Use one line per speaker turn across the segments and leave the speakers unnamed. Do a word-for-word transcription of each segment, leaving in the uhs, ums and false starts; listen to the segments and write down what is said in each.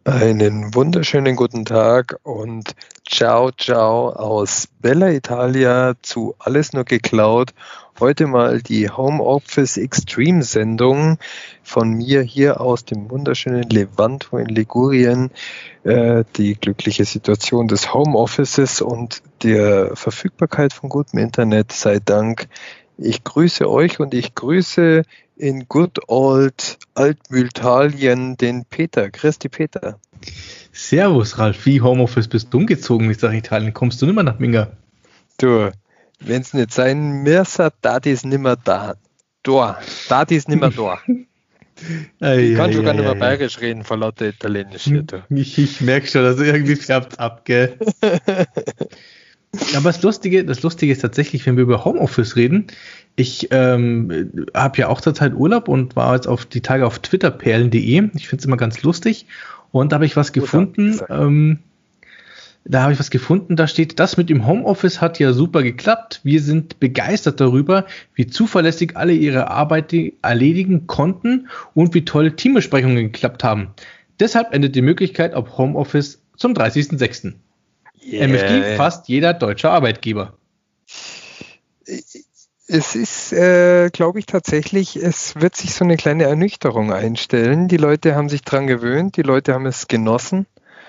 Einen wunderschönen guten Tag und ciao, ciao aus Bella Italia zu Alles nur geklaut. Heute mal die Homeoffice Extreme Sendung von mir hier aus dem wunderschönen Levanto in Ligurien. Äh, die glückliche Situation des Homeoffices und der Verfügbarkeit von gutem Internet sei Dank. Ich grüße euch und ich grüße in good old Altmühltalien den Peter. Christi Peter.
Servus Ralf, wie Homeoffice bist du umgezogen mit nach Italien? Kommst du nimmer nach Minga?
Du, wenn's nicht sein müsste, dat is nimmer da. Da, dat is nimmer da. Ich kann schon gar nicht mehr bayerisch reden vor lauter Italienisch hier. Du.
Ich, ich merke schon, also irgendwie färbt's ab, gell? Aber das Lustige, das Lustige ist tatsächlich, wenn wir über Homeoffice reden, ich ähm, habe ja auch zurzeit Urlaub und war jetzt auf die Tage auf twitterperlen punkt de. Ich finde es immer ganz lustig. Und da habe ich was gefunden, ähm, da habe ich was gefunden, da steht, das mit dem Homeoffice hat ja super geklappt. Wir sind begeistert darüber, wie zuverlässig alle ihre Arbeit erledigen konnten und wie toll Teambesprechungen geklappt haben. Deshalb endet die Möglichkeit auf Homeoffice zum dreißigsten sechsten Yeah. M F G fast jeder deutsche Arbeitgeber.
Es ist, äh, glaube ich, tatsächlich, es wird sich so eine kleine Ernüchterung einstellen. Die Leute haben sich dran gewöhnt, die Leute haben es genossen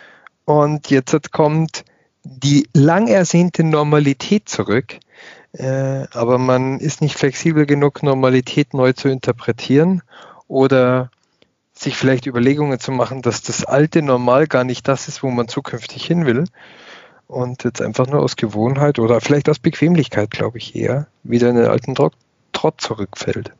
und jetzt kommt die lang ersehnte Normalität zurück. Äh, aber man ist nicht flexibel genug, Normalität neu zu interpretieren oder sich vielleicht Überlegungen zu machen, dass das alte Normal gar nicht das ist, wo man zukünftig hin will. Und jetzt einfach nur aus Gewohnheit oder vielleicht aus Bequemlichkeit, glaube ich, eher wieder in den alten Trott, Trott zurückfällt.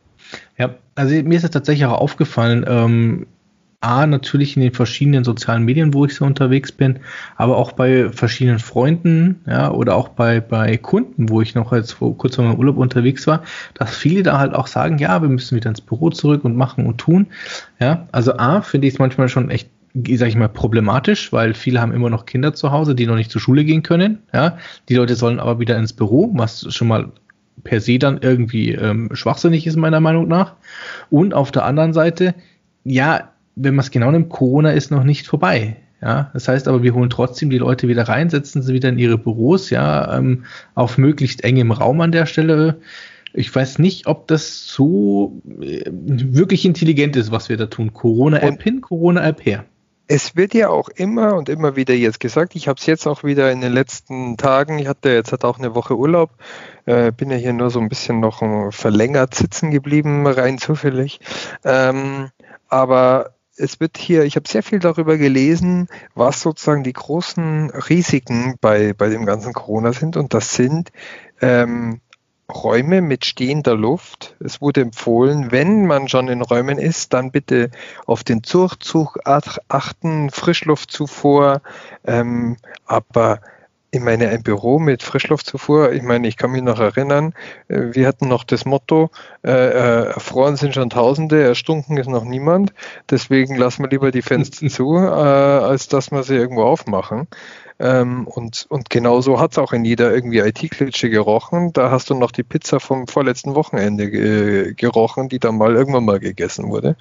Ja, also mir ist es tatsächlich auch aufgefallen, ähm, A, natürlich in den verschiedenen sozialen Medien, wo ich so unterwegs bin, aber auch bei verschiedenen Freunden, ja, oder auch bei, bei Kunden, wo ich noch jetzt vor, kurz vor meinem Urlaub unterwegs war, dass viele da halt auch sagen, ja, wir müssen wieder ins Büro zurück und machen und tun. Ja, also A, finde ich es manchmal schon echt, sag ich mal, problematisch, weil viele haben immer noch Kinder zu Hause, die noch nicht zur Schule gehen können. Ja, die Leute sollen aber wieder ins Büro, was schon mal per se dann irgendwie ähm, schwachsinnig ist, meiner Meinung nach. Und auf der anderen Seite, ja, wenn man es genau nimmt, Corona ist noch nicht vorbei. Ja, das heißt aber, wir holen trotzdem die Leute wieder rein, setzen sie wieder in ihre Büros, ja, ähm, auf möglichst engem Raum an der Stelle. Ich weiß nicht, ob das so äh, wirklich intelligent ist, was wir da tun. Corona-App hin, Corona-App her.
Es wird ja auch immer und immer wieder jetzt gesagt, ich habe es jetzt auch wieder in den letzten Tagen, ich hatte jetzt hat auch eine Woche Urlaub, äh, bin ja hier nur so ein bisschen noch verlängert sitzen geblieben, rein zufällig. Ähm, aber es wird hier, ich habe sehr viel darüber gelesen, was sozusagen die großen Risiken bei, bei dem ganzen Corona sind. Und das sind ähm, Räume mit stehender Luft. Es wurde empfohlen, wenn man schon in Räumen ist, dann bitte auf den Durchzug achten, Frischluftzufuhr. Ähm, aber ich meine, ein Büro mit Frischluftzufuhr, ich meine, ich kann mich noch erinnern, wir hatten noch das Motto, äh, äh, erfroren sind schon Tausende, erstunken ist noch niemand, deswegen lassen wir lieber die Fenster zu, äh, als dass wir sie irgendwo aufmachen. Ähm, und, und genauso hat es auch in jeder irgendwie I T-Klitsche gerochen, da hast du noch die Pizza vom vorletzten Wochenende ge- gerochen, die dann mal irgendwann mal gegessen wurde.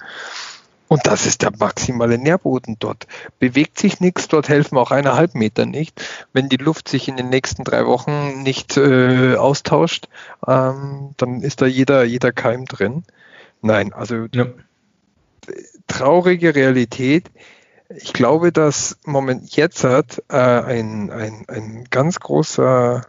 Und das ist der maximale Nährboden dort. Bewegt sich nichts, dort helfen auch eineinhalb Meter nicht. Wenn die Luft sich in den nächsten drei Wochen nicht äh, austauscht, ähm, dann ist da jeder, jeder Keim drin. Nein, also ja. Traurige Realität. Ich glaube, dass Moment jetzt hat äh, ein, ein, ein ganz großer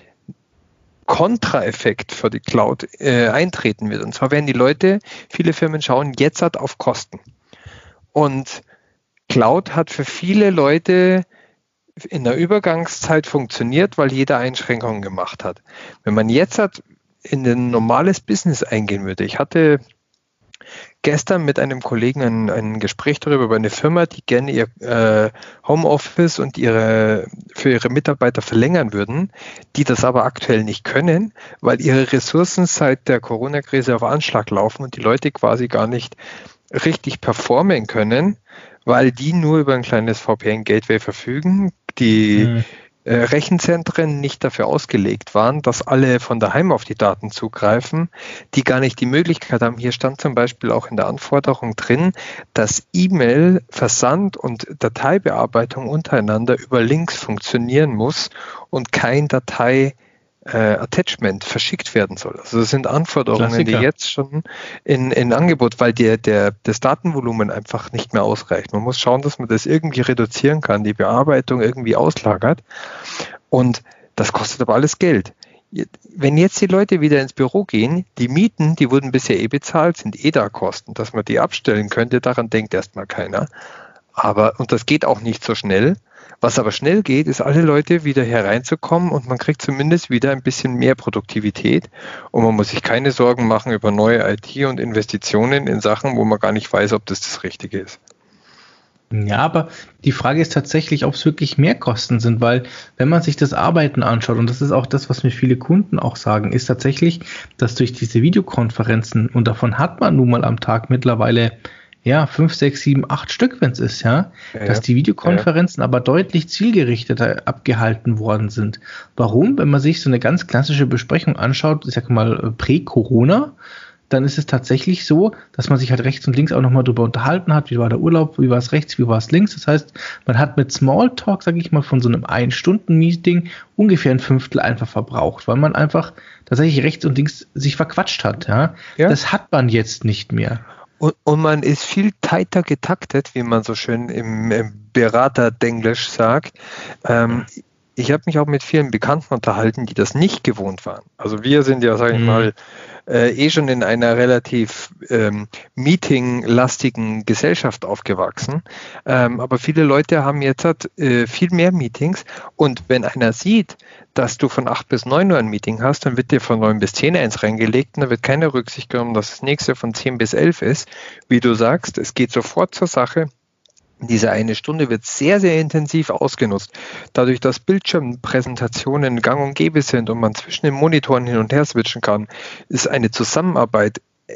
Kontraeffekt für die Cloud äh, eintreten wird. Und zwar werden die Leute, viele Firmen schauen jetzt halt auf Kosten. Und Cloud hat für viele Leute in der Übergangszeit funktioniert, weil jeder Einschränkungen gemacht hat. Wenn man jetzt halt in ein normales Business eingehen würde, ich hatte gestern mit einem Kollegen ein, ein Gespräch darüber über eine Firma, die gerne ihr äh, Homeoffice und ihre für ihre Mitarbeiter verlängern würden, die das aber aktuell nicht können, weil ihre Ressourcen seit der Corona-Krise auf Anschlag laufen und die Leute quasi gar nicht richtig performen können, weil die nur über ein kleines V P N-Gateway verfügen, die mhm. äh, Rechenzentren nicht dafür ausgelegt waren, dass alle von daheim auf die Daten zugreifen, die gar nicht die Möglichkeit haben. Hier stand zum Beispiel auch in der Anforderung drin, dass E-Mail, Versand und Dateibearbeitung untereinander über Links funktionieren muss und kein Datei Äh, Attachment verschickt werden soll. Also das sind Anforderungen, Klassiker. Die jetzt schon in, in Angebot, weil der, der, das Datenvolumen einfach nicht mehr ausreicht. Man muss schauen, dass man das irgendwie reduzieren kann, die Bearbeitung irgendwie auslagert, und das kostet aber alles Geld. Wenn jetzt die Leute wieder ins Büro gehen, die Mieten, die wurden bisher eh bezahlt, sind eh da Kosten, dass man die abstellen könnte, daran denkt erstmal keiner. Aber, und das geht auch nicht so schnell. Was aber schnell geht, ist, alle Leute wieder hereinzukommen, und man kriegt zumindest wieder ein bisschen mehr Produktivität, und man muss sich keine Sorgen machen über neue I T und Investitionen in Sachen, wo man gar nicht weiß, ob das das Richtige ist.
Ja, aber die Frage ist tatsächlich, ob es wirklich Mehrkosten sind, weil wenn man sich das Arbeiten anschaut, und das ist auch das, was mir viele Kunden auch sagen, ist tatsächlich, dass durch diese Videokonferenzen, und davon hat man nun mal am Tag mittlerweile ja, fünf, sechs, sieben, acht Stück, wenn es ist, ja, ja, dass die Videokonferenzen ja. aber deutlich zielgerichteter abgehalten worden sind. Warum? Wenn man sich so eine ganz klassische Besprechung anschaut, ich sag mal prä-Corona, dann ist es tatsächlich so, dass man sich halt rechts und links auch nochmal drüber unterhalten hat, wie war der Urlaub, wie war es rechts, wie war es links. Das heißt, man hat mit Smalltalk, sag ich mal, von so einem Ein-Stunden-Meeting ungefähr ein Fünftel einfach verbraucht, weil man einfach tatsächlich rechts und links sich verquatscht hat. Ja? Ja. Das hat man jetzt nicht mehr.
Und, und man ist viel tighter getaktet, wie man so schön im, im Berater-Denglisch sagt. Ähm, ich habe mich auch mit vielen Bekannten unterhalten, die das nicht gewohnt waren. Also wir sind ja, sage ich mhm. mal, äh, eh schon in einer relativ ähm, meeting-lastigen Gesellschaft aufgewachsen. Ähm, aber viele Leute haben jetzt halt, äh, viel mehr Meetings, und wenn einer sieht, dass du von acht bis neun Uhr ein Meeting hast, dann wird dir von neun bis zehn eins reingelegt, und da wird keine Rücksicht genommen, dass das nächste von zehn bis elf ist. Wie du sagst, es geht sofort zur Sache. Diese eine Stunde wird sehr, sehr intensiv ausgenutzt. Dadurch, dass Bildschirmpräsentationen gang und gäbe sind und man zwischen den Monitoren hin und her switchen kann, ist eine Zusammenarbeit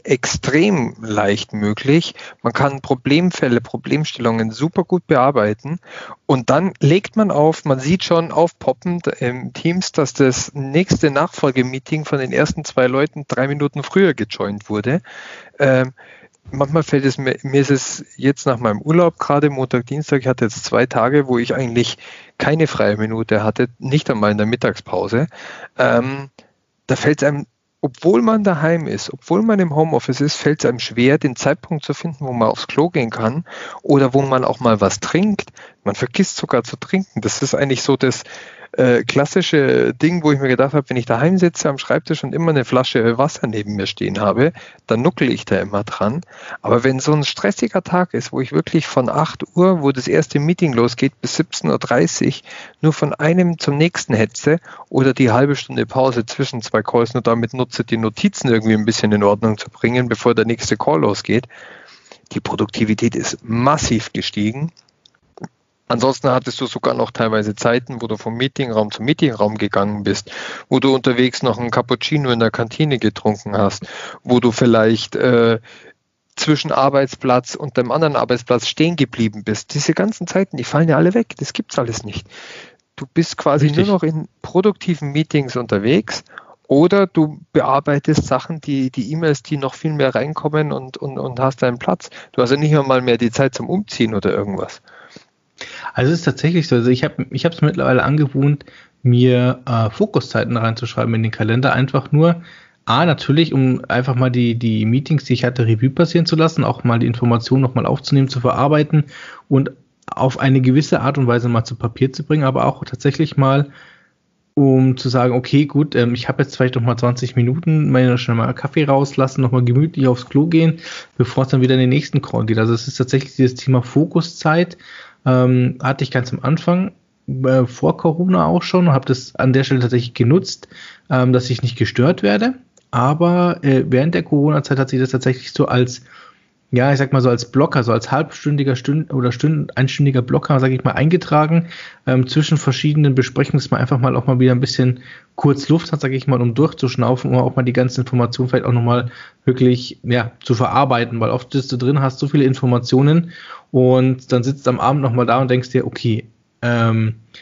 extrem leicht möglich. Man kann Problemfälle, Problemstellungen super gut bearbeiten, und dann legt man auf, man sieht schon aufpoppend im Teams, dass das nächste Nachfolgemeeting von den ersten zwei Leuten drei Minuten früher gejoint wurde. Ähm, Manchmal fällt es mir, mir ist es jetzt nach meinem Urlaub, gerade Montag, Dienstag, ich hatte jetzt zwei Tage, wo ich eigentlich keine freie Minute hatte, nicht einmal in der Mittagspause. Ähm, da fällt es einem, obwohl man daheim ist, obwohl man im Homeoffice ist, fällt es einem schwer, den Zeitpunkt zu finden, wo man aufs Klo gehen kann oder wo man auch mal was trinkt. Man vergisst sogar zu trinken. Das ist eigentlich so das äh, klassische Ding, wo ich mir gedacht habe, wenn ich daheim sitze am Schreibtisch und immer eine Flasche Wasser neben mir stehen habe, dann nuckel ich da immer dran. Aber wenn so ein stressiger Tag ist, wo ich wirklich von acht Uhr, wo das erste Meeting losgeht, bis siebzehn Uhr dreißig nur von einem zum nächsten hetze oder die halbe Stunde Pause zwischen zwei Calls nur damit nutze, die Notizen irgendwie ein bisschen in Ordnung zu bringen, bevor der nächste Call losgeht, die Produktivität ist massiv gestiegen. Ansonsten hattest du sogar noch teilweise Zeiten, wo du vom Meetingraum zum Meetingraum gegangen bist, wo du unterwegs noch einen Cappuccino in der Kantine getrunken hast, wo du vielleicht äh, zwischen Arbeitsplatz und dem anderen Arbeitsplatz stehen geblieben bist. Diese ganzen Zeiten, die fallen ja alle weg. Das gibt's alles nicht. Du bist quasi Richtig. Nur noch in produktiven Meetings unterwegs, oder du bearbeitest Sachen, die die E-Mails, die noch viel mehr reinkommen, und, und, und hast deinen Platz. Du hast ja nicht mal mehr die Zeit zum Umziehen oder irgendwas.
Also es ist tatsächlich so, also ich habe ich habe es mittlerweile angewohnt, mir äh, Fokuszeiten reinzuschreiben in den Kalender, einfach nur, A, natürlich, um einfach mal die, die Meetings, die ich hatte, Revue passieren zu lassen, auch mal die Informationen nochmal aufzunehmen, zu verarbeiten und auf eine gewisse Art und Weise mal zu Papier zu bringen, aber auch tatsächlich mal, um zu sagen, okay, gut, ähm, ich habe jetzt vielleicht noch mal zwanzig Minuten, mal schnell mal Kaffee rauslassen, noch mal gemütlich aufs Klo gehen, bevor es dann wieder in den nächsten Call geht. Also es ist tatsächlich dieses Thema Fokuszeit, ähm, hatte ich ganz am Anfang, äh, vor Corona auch schon, und habe das an der Stelle tatsächlich genutzt, ähm, dass ich nicht gestört werde. Aber äh, während der Corona-Zeit hat sich das tatsächlich so als, ja, ich sag mal so als Blocker, so als halbstündiger Stünd oder Stünd, einstündiger Blocker, sage ich mal, eingetragen, ähm, zwischen verschiedenen Besprechungen, dass man einfach mal auch mal wieder ein bisschen kurz Luft hat, sage ich mal, um durchzuschnaufen, um auch mal die ganzen Informationen vielleicht auch nochmal wirklich, ja, zu verarbeiten, weil oft bist du drin, hast so viele Informationen und dann sitzt du am Abend nochmal da und denkst dir, okay, ähm,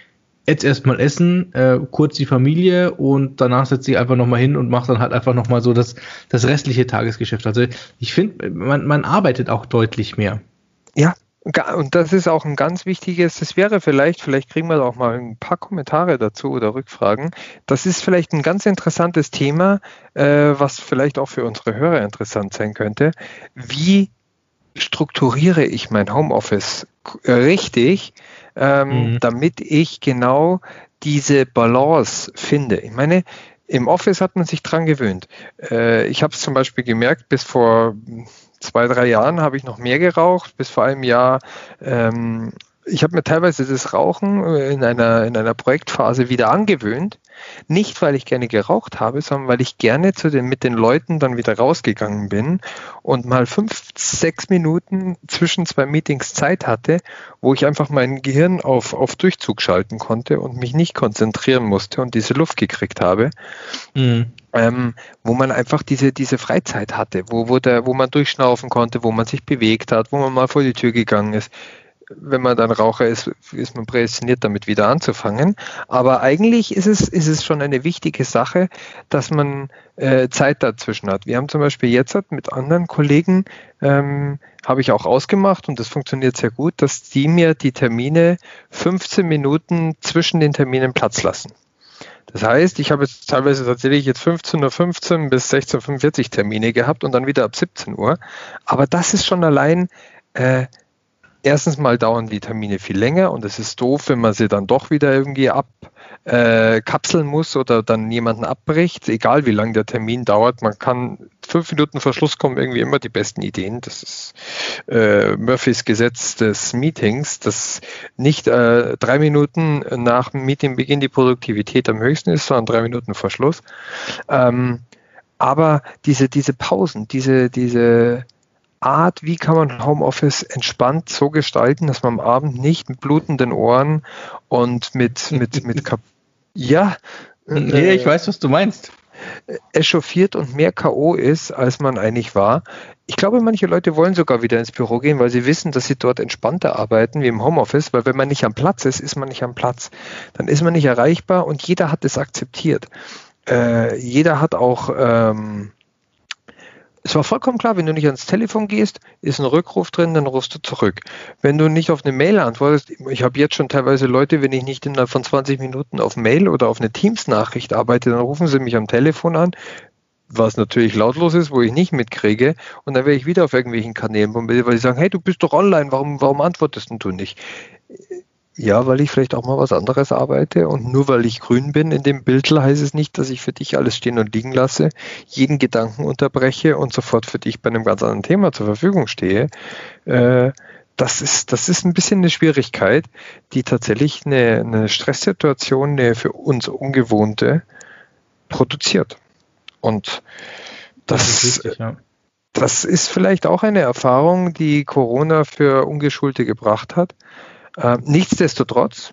jetzt erstmal essen, äh, kurz die Familie und danach setze ich einfach nochmal hin und mache dann halt einfach nochmal so das, das restliche Tagesgeschäft. Also ich finde, man, man arbeitet auch deutlich mehr.
Ja, und das ist auch ein ganz wichtiges, das wäre vielleicht, vielleicht kriegen wir da auch mal ein paar Kommentare dazu oder Rückfragen. Das ist vielleicht ein ganz interessantes Thema, äh, was vielleicht auch für unsere Hörer interessant sein könnte. Wie strukturiere ich mein Homeoffice richtig, ähm, mhm. damit ich genau diese Balance finde? Ich meine, im Office hat man sich dran gewöhnt. Äh, ich habe es zum Beispiel gemerkt, bis vor zwei, drei Jahren habe ich noch mehr geraucht, bis vor einem Jahr. Ähm, ich habe mir teilweise das Rauchen in einer, in einer Projektphase wieder angewöhnt. Nicht, weil ich gerne geraucht habe, sondern weil ich gerne zu den, mit den Leuten dann wieder rausgegangen bin und mal fünf, sechs Minuten zwischen zwei Meetings Zeit hatte, wo ich einfach mein Gehirn auf, auf Durchzug schalten konnte und mich nicht konzentrieren musste und diese Luft gekriegt habe. Mhm. Ähm, wo man einfach diese, diese Freizeit hatte, wo, wo, der, wo man durchschnaufen konnte, wo man sich bewegt hat, wo man mal vor die Tür gegangen ist. Wenn man dann Raucher ist, ist man prädestiniert, damit wieder anzufangen. Aber eigentlich ist es, ist es schon eine wichtige Sache, dass man äh, Zeit dazwischen hat. Wir haben zum Beispiel jetzt mit anderen Kollegen, ähm, habe ich auch ausgemacht und das funktioniert sehr gut, dass die mir die Termine fünfzehn Minuten zwischen den Terminen Platz lassen. Das heißt, ich habe jetzt teilweise tatsächlich jetzt fünfzehn Uhr fünfzehn bis sechzehn Uhr fünfundvierzig Termine gehabt und dann wieder ab siebzehn Uhr. Aber das ist schon allein, äh, erstens mal dauern die Termine viel länger und es ist doof, wenn man sie dann doch wieder irgendwie abkapseln äh, muss oder dann jemanden abbricht, egal wie lang der Termin dauert. Man kann fünf Minuten vor Schluss kommen irgendwie immer die besten Ideen. Das ist äh, Murphys Gesetz des Meetings, dass nicht äh, drei Minuten nach dem Meetingbeginn die Produktivität am höchsten ist, sondern drei Minuten vor Schluss. Ähm, aber diese, diese Pausen, diese, diese Art, wie kann man Homeoffice entspannt so gestalten, dass man am Abend nicht mit blutenden Ohren und mit, mit, mit, Kap- ja,
nee, ich weiß, was du meinst.
Echauffiert und mehr K O ist, als man eigentlich war. Ich glaube, manche Leute wollen sogar wieder ins Büro gehen, weil sie wissen, dass sie dort entspannter arbeiten wie im Homeoffice, weil wenn man nicht am Platz ist, ist man nicht am Platz. Dann ist man nicht erreichbar und jeder hat es akzeptiert. Äh, jeder hat auch ähm, Es war vollkommen klar, wenn du nicht ans Telefon gehst, ist ein Rückruf drin, dann rufst du zurück. Wenn du nicht auf eine Mail antwortest, ich habe jetzt schon teilweise Leute, wenn ich nicht innerhalb von zwanzig Minuten auf Mail oder auf eine Teams-Nachricht arbeite, dann rufen sie mich am Telefon an, was natürlich lautlos ist, wo ich nicht mitkriege, und dann werde ich wieder auf irgendwelchen Kanälen bombardiert, weil sie sagen, hey, du bist doch online, warum, warum antwortest denn du nicht? Ja, weil ich vielleicht auch mal was anderes arbeite und nur weil ich grün bin in dem Bildl heißt es nicht, dass ich für dich alles stehen und liegen lasse, jeden Gedanken unterbreche und sofort für dich bei einem ganz anderen Thema zur Verfügung stehe. Äh, das ist, das ist ein bisschen eine Schwierigkeit, die tatsächlich eine, eine Stresssituation, eine für uns ungewohnte, produziert. Und das, das ist richtig, ja. Das ist vielleicht auch eine Erfahrung, die Corona für Ungeschulte gebracht hat. Äh, nichtsdestotrotz,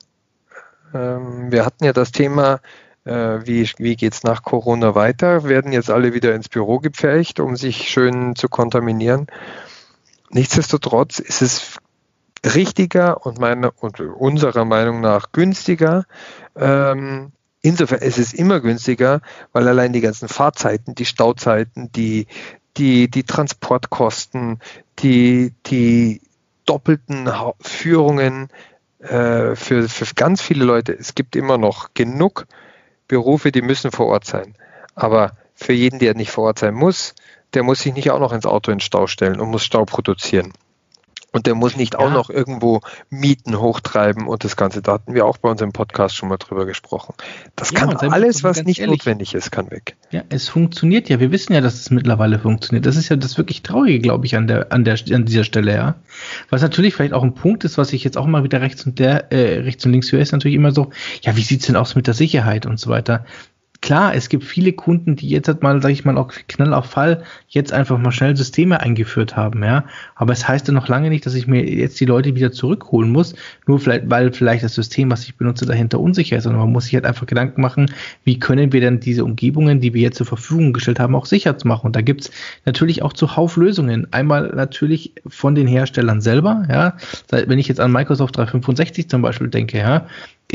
ähm, wir hatten ja das Thema, äh, wie, wie geht es nach Corona weiter, werden jetzt alle wieder ins Büro gepfercht, um sich schön zu kontaminieren. Nichtsdestotrotz ist es richtiger und, meiner, und unserer Meinung nach günstiger. Ähm, insofern ist es immer günstiger, weil allein die ganzen Fahrzeiten, die Stauzeiten, die, die, die Transportkosten, die, die doppelten Führungen äh, für, für ganz viele Leute. Es gibt immer noch genug Berufe, die müssen vor Ort sein. Aber für jeden, der nicht vor Ort sein muss, der muss sich nicht auch noch ins Auto in den Stau stellen und muss Stau produzieren. Und der muss nicht ja. auch noch irgendwo Mieten hochtreiben und das Ganze. Da hatten wir auch bei unserem Podcast schon mal drüber gesprochen. Das ja, kann alles, was nicht ehrlich. notwendig ist, kann weg.
Ja, es funktioniert ja. Wir wissen ja, dass es mittlerweile funktioniert. Das ist ja das wirklich Traurige, glaube ich, an der, an der, an dieser Stelle, ja. Was natürlich vielleicht auch ein Punkt ist, was ich jetzt auch mal wieder rechts und der, äh, rechts und links höre, ist natürlich immer so, ja, wie sieht's denn aus mit der Sicherheit und so weiter? Klar, es gibt viele Kunden, die jetzt halt mal, sag ich mal, auch knall auf Fall jetzt einfach mal schnell Systeme eingeführt haben, ja. Aber es heißt ja noch lange nicht, dass ich mir jetzt die Leute wieder zurückholen muss, nur vielleicht, weil vielleicht das System, was ich benutze, dahinter unsicher ist, sondern man muss sich halt einfach Gedanken machen, wie können wir denn diese Umgebungen, die wir jetzt zur Verfügung gestellt haben, auch sicher zu machen. Und da gibt's natürlich auch zuhauf Lösungen. Einmal natürlich von den Herstellern selber, ja. Wenn ich jetzt an Microsoft dreihundertfünfundsechzig zum Beispiel denke, ja, ist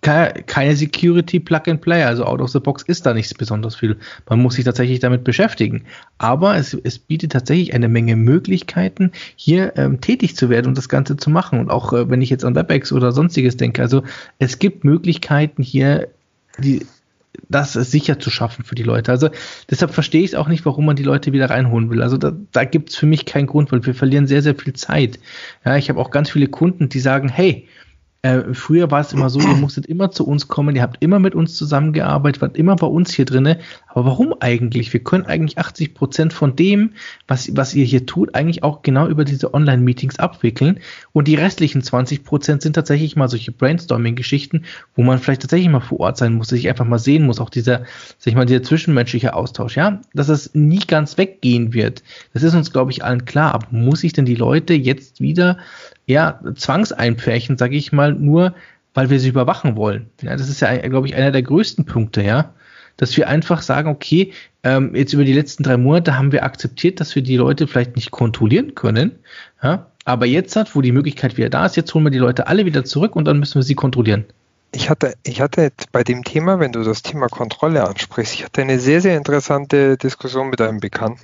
keine Security Plug-and-Play, also out of the box ist da nichts besonders viel. Man muss sich tatsächlich damit beschäftigen. Aber es, es bietet tatsächlich eine Menge Möglichkeiten, hier ähm, tätig zu werden und das Ganze zu machen. Und auch äh, wenn ich jetzt an WebEx oder sonstiges denke, also es gibt Möglichkeiten hier, die das sicher zu schaffen für die Leute. Also deshalb verstehe ich es auch nicht, warum man die Leute wieder reinholen will. Also da, da gibt es für mich keinen Grund, weil wir verlieren sehr, sehr viel Zeit. Ja, ich habe auch ganz viele Kunden, die sagen, hey, Äh, früher war es immer so, ihr musstet immer zu uns kommen, ihr habt immer mit uns zusammengearbeitet, wart immer bei uns hier drinne. Aber warum eigentlich? Wir können eigentlich achtzig Prozent von dem, was, was ihr hier tut, eigentlich auch genau über diese Online-Meetings abwickeln. Und die restlichen zwanzig Prozent sind tatsächlich mal solche Brainstorming-Geschichten, wo man vielleicht tatsächlich mal vor Ort sein muss, sich einfach mal sehen muss, auch dieser, sag ich mal, dieser zwischenmenschliche Austausch, ja, dass es nie ganz weggehen wird. Das ist uns, glaube ich, allen klar. Aber muss ich denn die Leute jetzt wieder ja, zwangseinpferchen, sage ich mal, nur weil wir sie überwachen wollen. Ja, das ist ja, glaube ich, einer der größten Punkte, ja, dass wir einfach sagen, okay, ähm, jetzt über die letzten drei Monate haben wir akzeptiert, dass wir die Leute vielleicht nicht kontrollieren können, ja, aber jetzt hat, wo die Möglichkeit wieder da ist, jetzt holen wir die Leute alle wieder zurück und dann müssen wir sie kontrollieren.
Ich hatte, ich hatte bei dem Thema, wenn du das Thema Kontrolle ansprichst, ich hatte eine sehr, sehr interessante Diskussion mit einem Bekannten,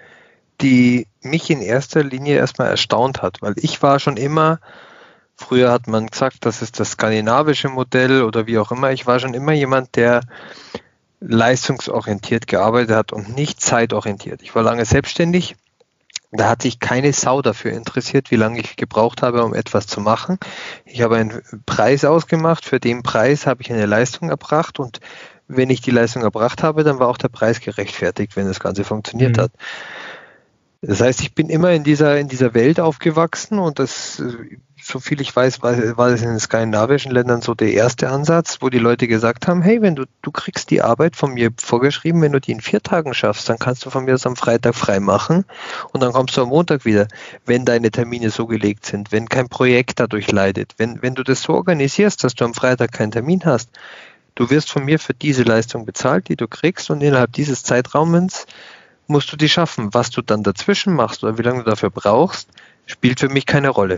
die mich in erster Linie erstmal erstaunt hat, weil ich war schon immer, früher hat man gesagt, das ist das skandinavische Modell oder wie auch immer, ich war schon immer jemand, der leistungsorientiert gearbeitet hat und nicht zeitorientiert. Ich war lange selbstständig, da hat sich keine Sau dafür interessiert, wie lange ich gebraucht habe, um etwas zu machen. Ich habe einen Preis ausgemacht, für den Preis habe ich eine Leistung erbracht und wenn ich die Leistung erbracht habe, dann war auch der Preis gerechtfertigt, wenn das Ganze funktioniert mhm. hat. Das heißt, ich bin immer in dieser, in dieser Welt aufgewachsen und das, so viel ich weiß, war, war das in den skandinavischen Ländern so der erste Ansatz, wo die Leute gesagt haben, hey, wenn du, du kriegst die Arbeit von mir vorgeschrieben, wenn du die in vier Tagen schaffst, dann kannst du von mir das am Freitag frei machen und dann kommst du am Montag wieder, wenn deine Termine so gelegt sind, wenn kein Projekt dadurch leidet, wenn, wenn du das so organisierst, dass du am Freitag keinen Termin hast, du wirst von mir für diese Leistung bezahlt, die du kriegst und innerhalb dieses Zeitraumes musst du die schaffen. Was du dann dazwischen machst oder wie lange du dafür brauchst, spielt für mich keine Rolle.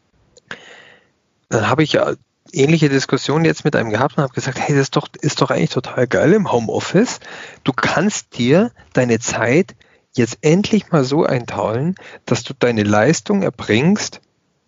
Dann habe ich ja ähnliche Diskussionen jetzt mit einem gehabt und habe gesagt, hey, das ist doch, ist doch eigentlich total geil im Homeoffice. Du kannst dir deine Zeit jetzt endlich mal so einteilen, dass du deine Leistung erbringst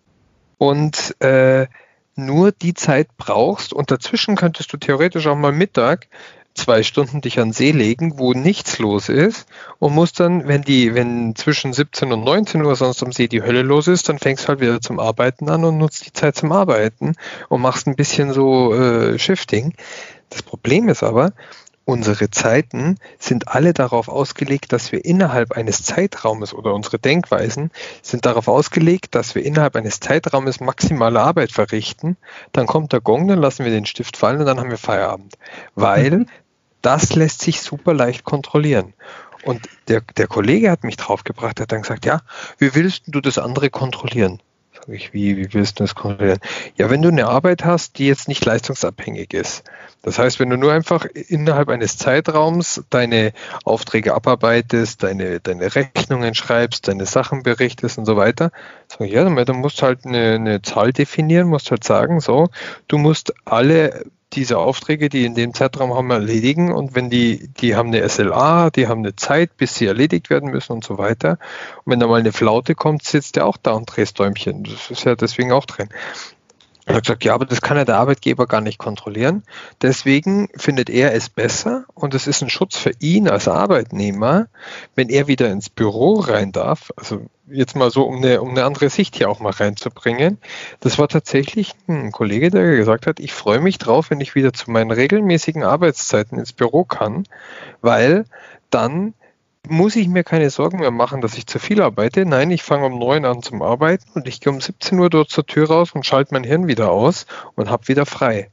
und äh, nur die Zeit brauchst und dazwischen könntest du theoretisch auch mal Mittag zwei Stunden dich an den See legen, wo nichts los ist und musst dann, wenn die, wenn zwischen siebzehn und neunzehn Uhr sonst am See die Hölle los ist, dann fängst du halt wieder zum Arbeiten an und nutzt die Zeit zum Arbeiten und machst ein bisschen so äh, Shifting. Das Problem ist aber, unsere Zeiten sind alle darauf ausgelegt, dass wir innerhalb eines Zeitraumes oder unsere Denkweisen sind darauf ausgelegt, dass wir innerhalb eines Zeitraumes maximale Arbeit verrichten. Dann kommt der Gong, dann lassen wir den Stift fallen und dann haben wir Feierabend. Weil mhm. das lässt sich super leicht kontrollieren. Und der, der Kollege hat mich draufgebracht, der hat dann gesagt, ja, wie willst du das andere kontrollieren? Sag ich, wie, wie willst du das kontrollieren? Ja, wenn du eine Arbeit hast, die jetzt nicht leistungsabhängig ist. Das heißt, wenn du nur einfach innerhalb eines Zeitraums deine Aufträge abarbeitest, deine, deine Rechnungen schreibst, deine Sachen berichtest und so weiter, sag ich, ja, dann musst du halt eine, eine Zahl definieren, musst halt sagen, so, du musst alle diese Aufträge, die in dem Zeitraum haben, erledigen und wenn die, die haben eine S L A, die haben eine Zeit, bis sie erledigt werden müssen und so weiter. Und wenn da mal eine Flaute kommt, sitzt der auch da und drehst Däumchen. Das ist ja deswegen auch drin. Er hat gesagt, ja, aber das kann ja der Arbeitgeber gar nicht kontrollieren. Deswegen findet er es besser und es ist ein Schutz für ihn als Arbeitnehmer, wenn er wieder ins Büro rein darf. Also jetzt mal so, um eine, um eine andere Sicht hier auch mal reinzubringen. Das war tatsächlich ein Kollege, der gesagt hat, ich freue mich drauf, wenn ich wieder zu meinen regelmäßigen Arbeitszeiten ins Büro kann, weil dann muss ich mir keine Sorgen mehr machen, dass ich zu viel arbeite. Nein, ich fange um neun an zum Arbeiten und ich gehe um siebzehn Uhr dort zur Tür raus und schalte mein Hirn wieder aus und habe wieder frei.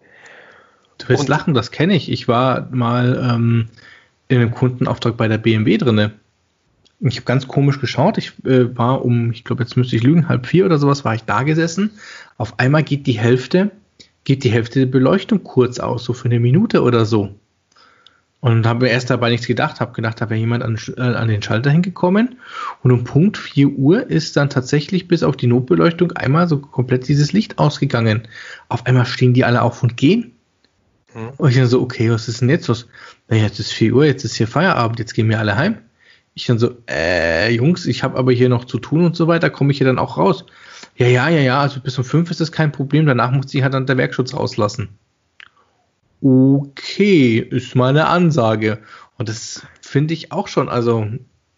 Du wirst und, lachen, das kenne ich. Ich war mal ähm, in einem Kundenauftrag bei der B M W drinne. Ich habe ganz komisch geschaut. Ich äh, war um, ich glaube, jetzt müsste ich lügen, halb vier oder sowas, war ich da gesessen. Auf einmal geht die Hälfte, geht die Hälfte der Beleuchtung kurz aus, so für eine Minute oder so. Und habe mir erst dabei nichts gedacht, habe gedacht, da wäre jemand an, äh, an den Schalter hingekommen und um Punkt vier Uhr ist dann tatsächlich bis auf die Notbeleuchtung einmal so komplett dieses Licht ausgegangen. Auf einmal stehen die alle auf und gehen. Hm. Und ich dann so, okay, was ist denn jetzt los? Na, jetzt ist vier Uhr, jetzt ist hier Feierabend, jetzt gehen wir alle heim. Ich dann so, äh, Jungs, ich habe aber hier noch zu tun und so weiter, komme ich hier dann auch raus? Ja, ja, ja, ja, also bis um fünf ist das kein Problem, danach muss ich halt dann der Werkschutz rauslassen. Okay, ist mal eine Ansage. Und das finde ich auch schon, also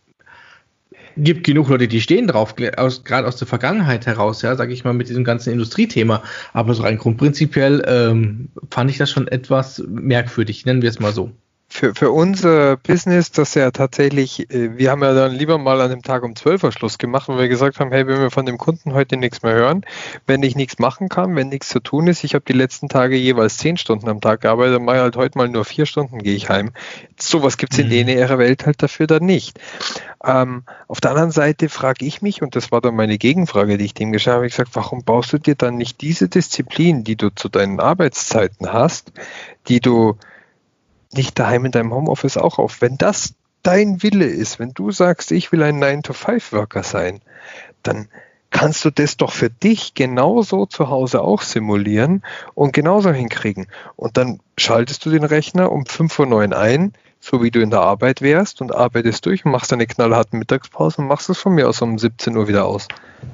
gibt genug Leute, die stehen drauf, aus, gerade aus der Vergangenheit heraus, ja, sage ich mal, mit diesem ganzen Industriethema. Aber so rein grundprinzipiell ähm, fand ich das schon etwas merkwürdig, nennen wir es mal so.
Für, für unser Business, das ja tatsächlich, wir haben ja dann lieber mal an dem Tag um zwölf Uhr Schluss gemacht, weil wir gesagt haben, hey, wenn wir von dem Kunden heute nichts mehr hören, wenn ich nichts machen kann, wenn nichts zu tun ist, ich habe die letzten Tage jeweils zehn Stunden am Tag gearbeitet, dann mache ich halt heute mal nur vier Stunden, gehe ich heim. Sowas gibt es in mhm. ihrer Welt halt dafür dann nicht. Ähm, auf der anderen Seite frage ich mich, und das war dann meine Gegenfrage, die ich dem gestellt habe, ich gesagt, warum baust du dir dann nicht diese Disziplin, die du zu deinen Arbeitszeiten hast, die du nicht daheim in deinem Homeoffice auch auf? Wenn das dein Wille ist, wenn du sagst, ich will ein nine to five Worker sein, dann kannst du das doch für dich genauso zu Hause auch simulieren und genauso hinkriegen. Und dann schaltest du den Rechner um fünf Uhr neun ein, so wie du in der Arbeit wärst, und arbeitest durch und machst eine knallharte Mittagspause und machst es von mir aus um siebzehn Uhr wieder aus.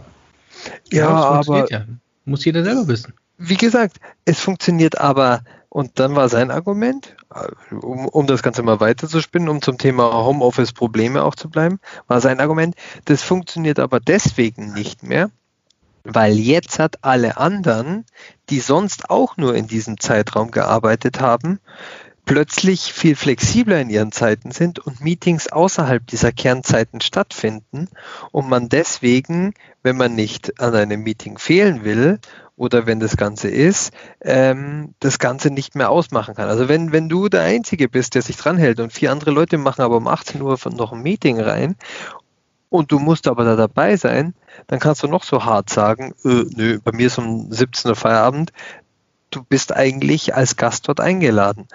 Ja, ja aber ja. Muss jeder selber wissen.
Wie gesagt, es funktioniert aber. Und dann war sein Argument, um, um das Ganze mal weiterzuspinnen, um zum Thema Homeoffice-Probleme auch zu bleiben, war sein Argument, das funktioniert aber deswegen nicht mehr, weil jetzt hat alle anderen, die sonst auch nur in diesem Zeitraum gearbeitet haben, plötzlich viel flexibler in ihren Zeiten sind und Meetings außerhalb dieser Kernzeiten stattfinden und man deswegen, wenn man nicht an einem Meeting fehlen will, oder wenn das Ganze ist, ähm, das Ganze nicht mehr ausmachen kann. Also wenn, wenn du der Einzige bist, der sich dran hält und vier andere Leute machen aber um achtzehn Uhr noch ein Meeting rein und du musst aber da dabei sein, dann kannst du noch so hart sagen, äh, nö, bei mir ist um siebzehn Uhr Feierabend, du bist eigentlich als Gast dort eingeladen.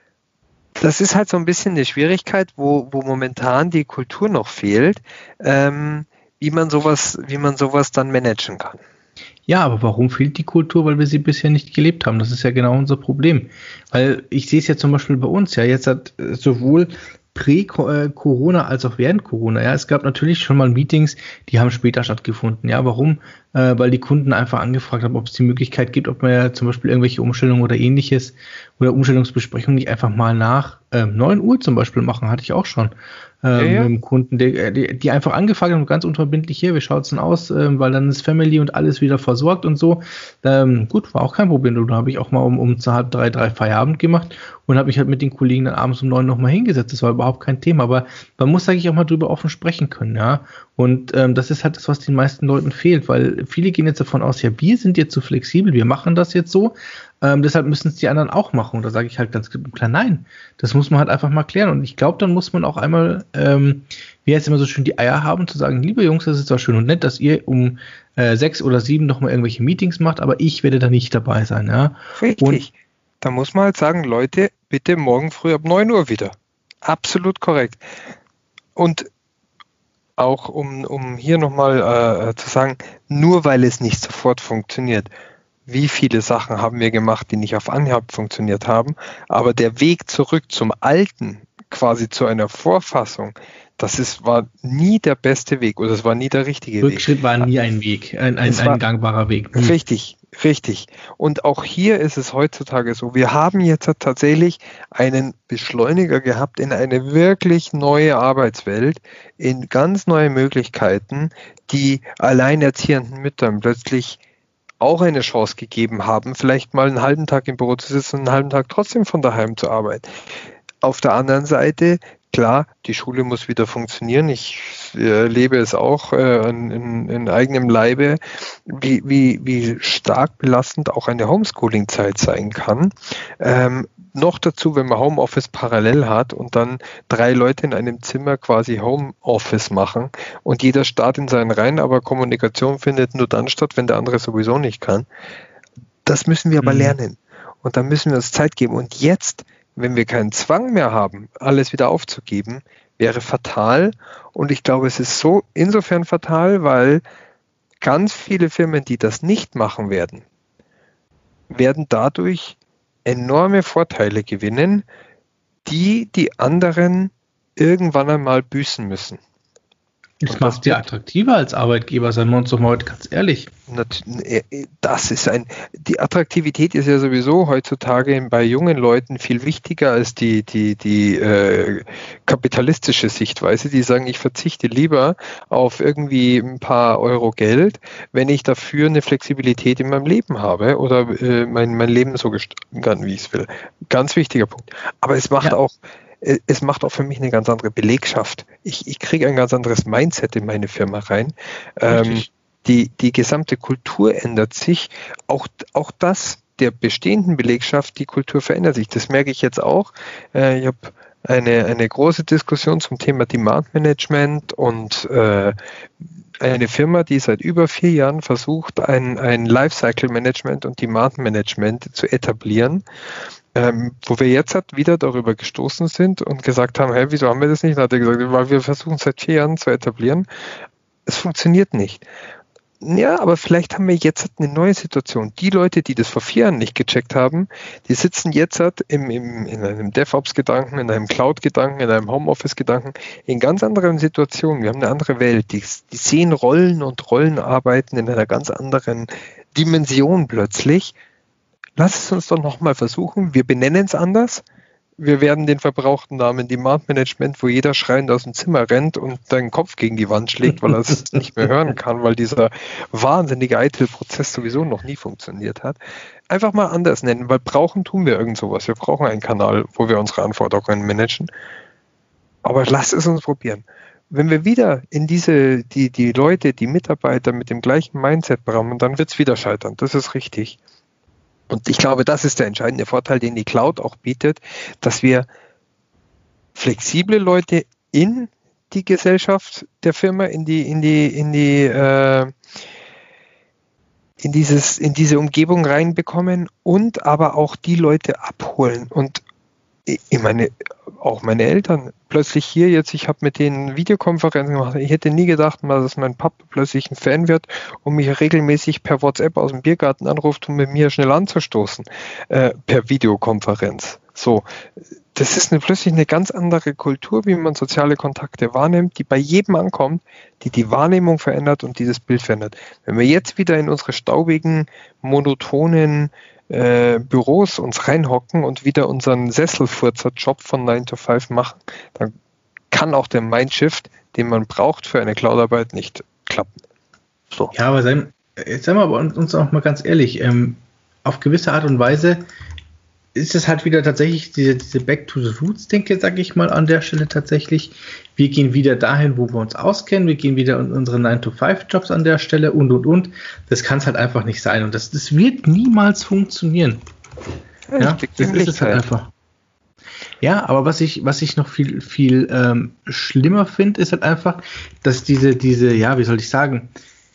Das ist halt so ein bisschen eine Schwierigkeit, wo, wo momentan die Kultur noch fehlt, ähm, wie man sowas, wie man sowas dann managen kann.
Ja, aber warum fehlt die Kultur? Weil wir sie bisher nicht gelebt haben. Das ist ja genau unser Problem. Weil ich sehe es ja zum Beispiel bei uns, ja, jetzt hat sowohl Prä-Corona als auch während Corona, ja, es gab natürlich schon mal Meetings, die haben später stattgefunden, ja, warum? Äh, weil die Kunden einfach angefragt haben, ob es die Möglichkeit gibt, ob man ja zum Beispiel irgendwelche Umstellungen oder ähnliches oder Umstellungsbesprechungen nicht einfach mal nach äh, neun Uhr zum Beispiel machen, hatte ich auch schon. Ähm, ja, ja. Mit dem Kunden, der, die, die einfach angefragt haben, ganz unverbindlich, hier, wie schaut's denn aus, ähm, weil dann ist Family und alles wieder versorgt und so. Ähm, gut, war auch kein Problem. Da habe ich auch mal um, um halb drei, drei Feierabend gemacht und habe mich halt mit den Kollegen dann abends um neun nochmal hingesetzt. Das war überhaupt kein Thema, aber man muss, sage ich, auch mal drüber offen sprechen können, ja. Und ähm, das ist halt das, was den meisten Leuten fehlt, weil viele gehen jetzt davon aus, ja, wir sind jetzt so flexibel, wir machen das jetzt so, ähm, deshalb müssen es die anderen auch machen. Und da sage ich halt ganz klar, nein, das muss man halt einfach mal klären. Und ich glaube, dann muss man auch einmal, ähm, wie jetzt immer so schön, die Eier haben, zu sagen, liebe Jungs, das ist zwar schön und nett, dass ihr um äh, sechs oder sieben nochmal irgendwelche Meetings macht, aber ich werde da nicht dabei sein. Ja?
Richtig. Und da muss man halt sagen, Leute, bitte morgen früh ab neun Uhr wieder. Absolut korrekt. Und auch um, um hier nochmal äh, zu sagen, nur weil es nicht sofort funktioniert, wie viele Sachen haben wir gemacht, die nicht auf Anhieb funktioniert haben, aber der Weg zurück zum Alten, quasi zu einer Vorfassung, das ist, war nie der beste Weg oder es war nie der richtige
Weg. Rückschritt war nie ein Weg, ein, ein, ein gangbarer Weg.
Hm. Richtig, richtig. Und auch hier ist es heutzutage so, wir haben jetzt tatsächlich einen Beschleuniger gehabt in eine wirklich neue Arbeitswelt, in ganz neue Möglichkeiten, die alleinerziehenden Müttern plötzlich auch eine Chance gegeben haben, vielleicht mal einen halben Tag im Büro zu sitzen und einen halben Tag trotzdem von daheim zu arbeiten. Auf der anderen Seite, klar, die Schule muss wieder funktionieren. Ich erlebe es auch äh, in, in, in eigenem Leibe, wie, wie, wie stark belastend auch eine Homeschooling-Zeit sein kann. Ähm, noch dazu, wenn man Homeoffice parallel hat und dann drei Leute in einem Zimmer quasi Homeoffice machen und jeder starrt in seinen Reihen, aber Kommunikation findet nur dann statt, wenn der andere sowieso nicht kann. Das müssen wir aber mhm. lernen. Und da müssen wir uns Zeit geben. Und jetzt, wenn wir keinen Zwang mehr haben, alles wieder aufzugeben, wäre fatal. Und ich glaube, es ist so insofern fatal, weil ganz viele Firmen, die das nicht machen werden, werden dadurch enorme Vorteile gewinnen, die die anderen irgendwann einmal büßen müssen.
Das macht es dir attraktiver als Arbeitgeber, seien wir uns doch mal ganz ehrlich.
Das ist ein, die Attraktivität ist ja sowieso heutzutage bei jungen Leuten viel wichtiger als die, die, die äh, kapitalistische Sichtweise. Die sagen, ich verzichte lieber auf irgendwie ein paar Euro Geld, wenn ich dafür eine Flexibilität in meinem Leben habe oder äh, mein, mein Leben so gestalten kann, wie ich es will. Ganz wichtiger Punkt. Aber es macht ja. auch Es macht auch für mich eine ganz andere Belegschaft. Ich, ich kriege ein ganz anderes Mindset in meine Firma rein. Ähm, die, die gesamte Kultur ändert sich. Auch, auch das der bestehenden Belegschaft, die Kultur verändert sich. Das merke ich jetzt auch. Äh, ich habe eine, eine große Diskussion zum Thema Demand Management und äh, eine Firma, die seit über vier Jahren versucht, ein, ein Lifecycle Management und Demand Management zu etablieren. Ähm, wo wir jetzt halt wieder darüber gestoßen sind und gesagt haben, hey, wieso haben wir das nicht? Dann hat er gesagt, weil wir versuchen seit vier Jahren zu etablieren. Es funktioniert nicht. Ja, aber vielleicht haben wir jetzt halt eine neue Situation. Die Leute, die das vor vier Jahren nicht gecheckt haben, die sitzen jetzt halt im, im, in einem DevOps-Gedanken, in einem Cloud-Gedanken, in einem Homeoffice-Gedanken, in ganz anderen Situationen. Wir haben eine andere Welt. Die, die sehen Rollen und Rollenarbeiten in einer ganz anderen Dimension plötzlich. Lass es uns doch nochmal versuchen. Wir benennen es anders. Wir werden den verbrauchten Namen Demand Management, wo jeder schreiend aus dem Zimmer rennt und seinen Kopf gegen die Wand schlägt, weil er es nicht mehr hören kann, weil dieser wahnsinnige I T I L-Prozess sowieso noch nie funktioniert hat. Einfach mal anders nennen, weil brauchen tun wir irgend sowas. Wir brauchen einen Kanal, wo wir unsere Anforderungen managen. Aber lass es uns probieren. Wenn wir wieder in diese, die, die Leute, die Mitarbeiter mit dem gleichen Mindset brauchen, dann wird es wieder scheitern. Das ist richtig. Und ich glaube, das ist der entscheidende Vorteil, den die Cloud auch bietet, dass wir flexible Leute in die Gesellschaft der Firma, in die, in die, in die, äh, in dieses, in diese Umgebung reinbekommen und aber auch die Leute abholen. Und ich meine, auch meine Eltern plötzlich hier jetzt, ich habe mit denen Videokonferenzen gemacht, ich hätte nie gedacht, dass mein Papa plötzlich ein Fan wird und mich regelmäßig per WhatsApp aus dem Biergarten anruft, um mit mir schnell anzustoßen, äh, per Videokonferenz. So, das ist eine, plötzlich eine ganz andere Kultur, wie man soziale Kontakte wahrnimmt, die bei jedem ankommt, die die Wahrnehmung verändert und dieses Bild verändert. Wenn wir jetzt wieder in unsere staubigen, monotonen Äh, Büros uns reinhocken und wieder unseren Sesselfurzer-Job von nine to five machen, dann kann auch der Mindshift, den man braucht für eine Cloud-Arbeit, nicht klappen.
So. Ja, aber sein, jetzt sagen wir aber uns auch mal ganz ehrlich, ähm, auf gewisse Art und Weise ist es halt wieder tatsächlich diese, diese Back-to-the-Roots-Denke, sage ich mal an der Stelle tatsächlich. Wir gehen wieder dahin, wo wir uns auskennen, wir gehen wieder in unsere nine to five Jobs an der Stelle und, und, und. Das kann es halt einfach nicht sein und das, das wird niemals funktionieren. Ja, ja das ist es halt einfach. Ja, aber was ich, was ich noch viel, viel ähm, schlimmer finde, ist halt einfach, dass diese, diese, ja, wie soll ich sagen,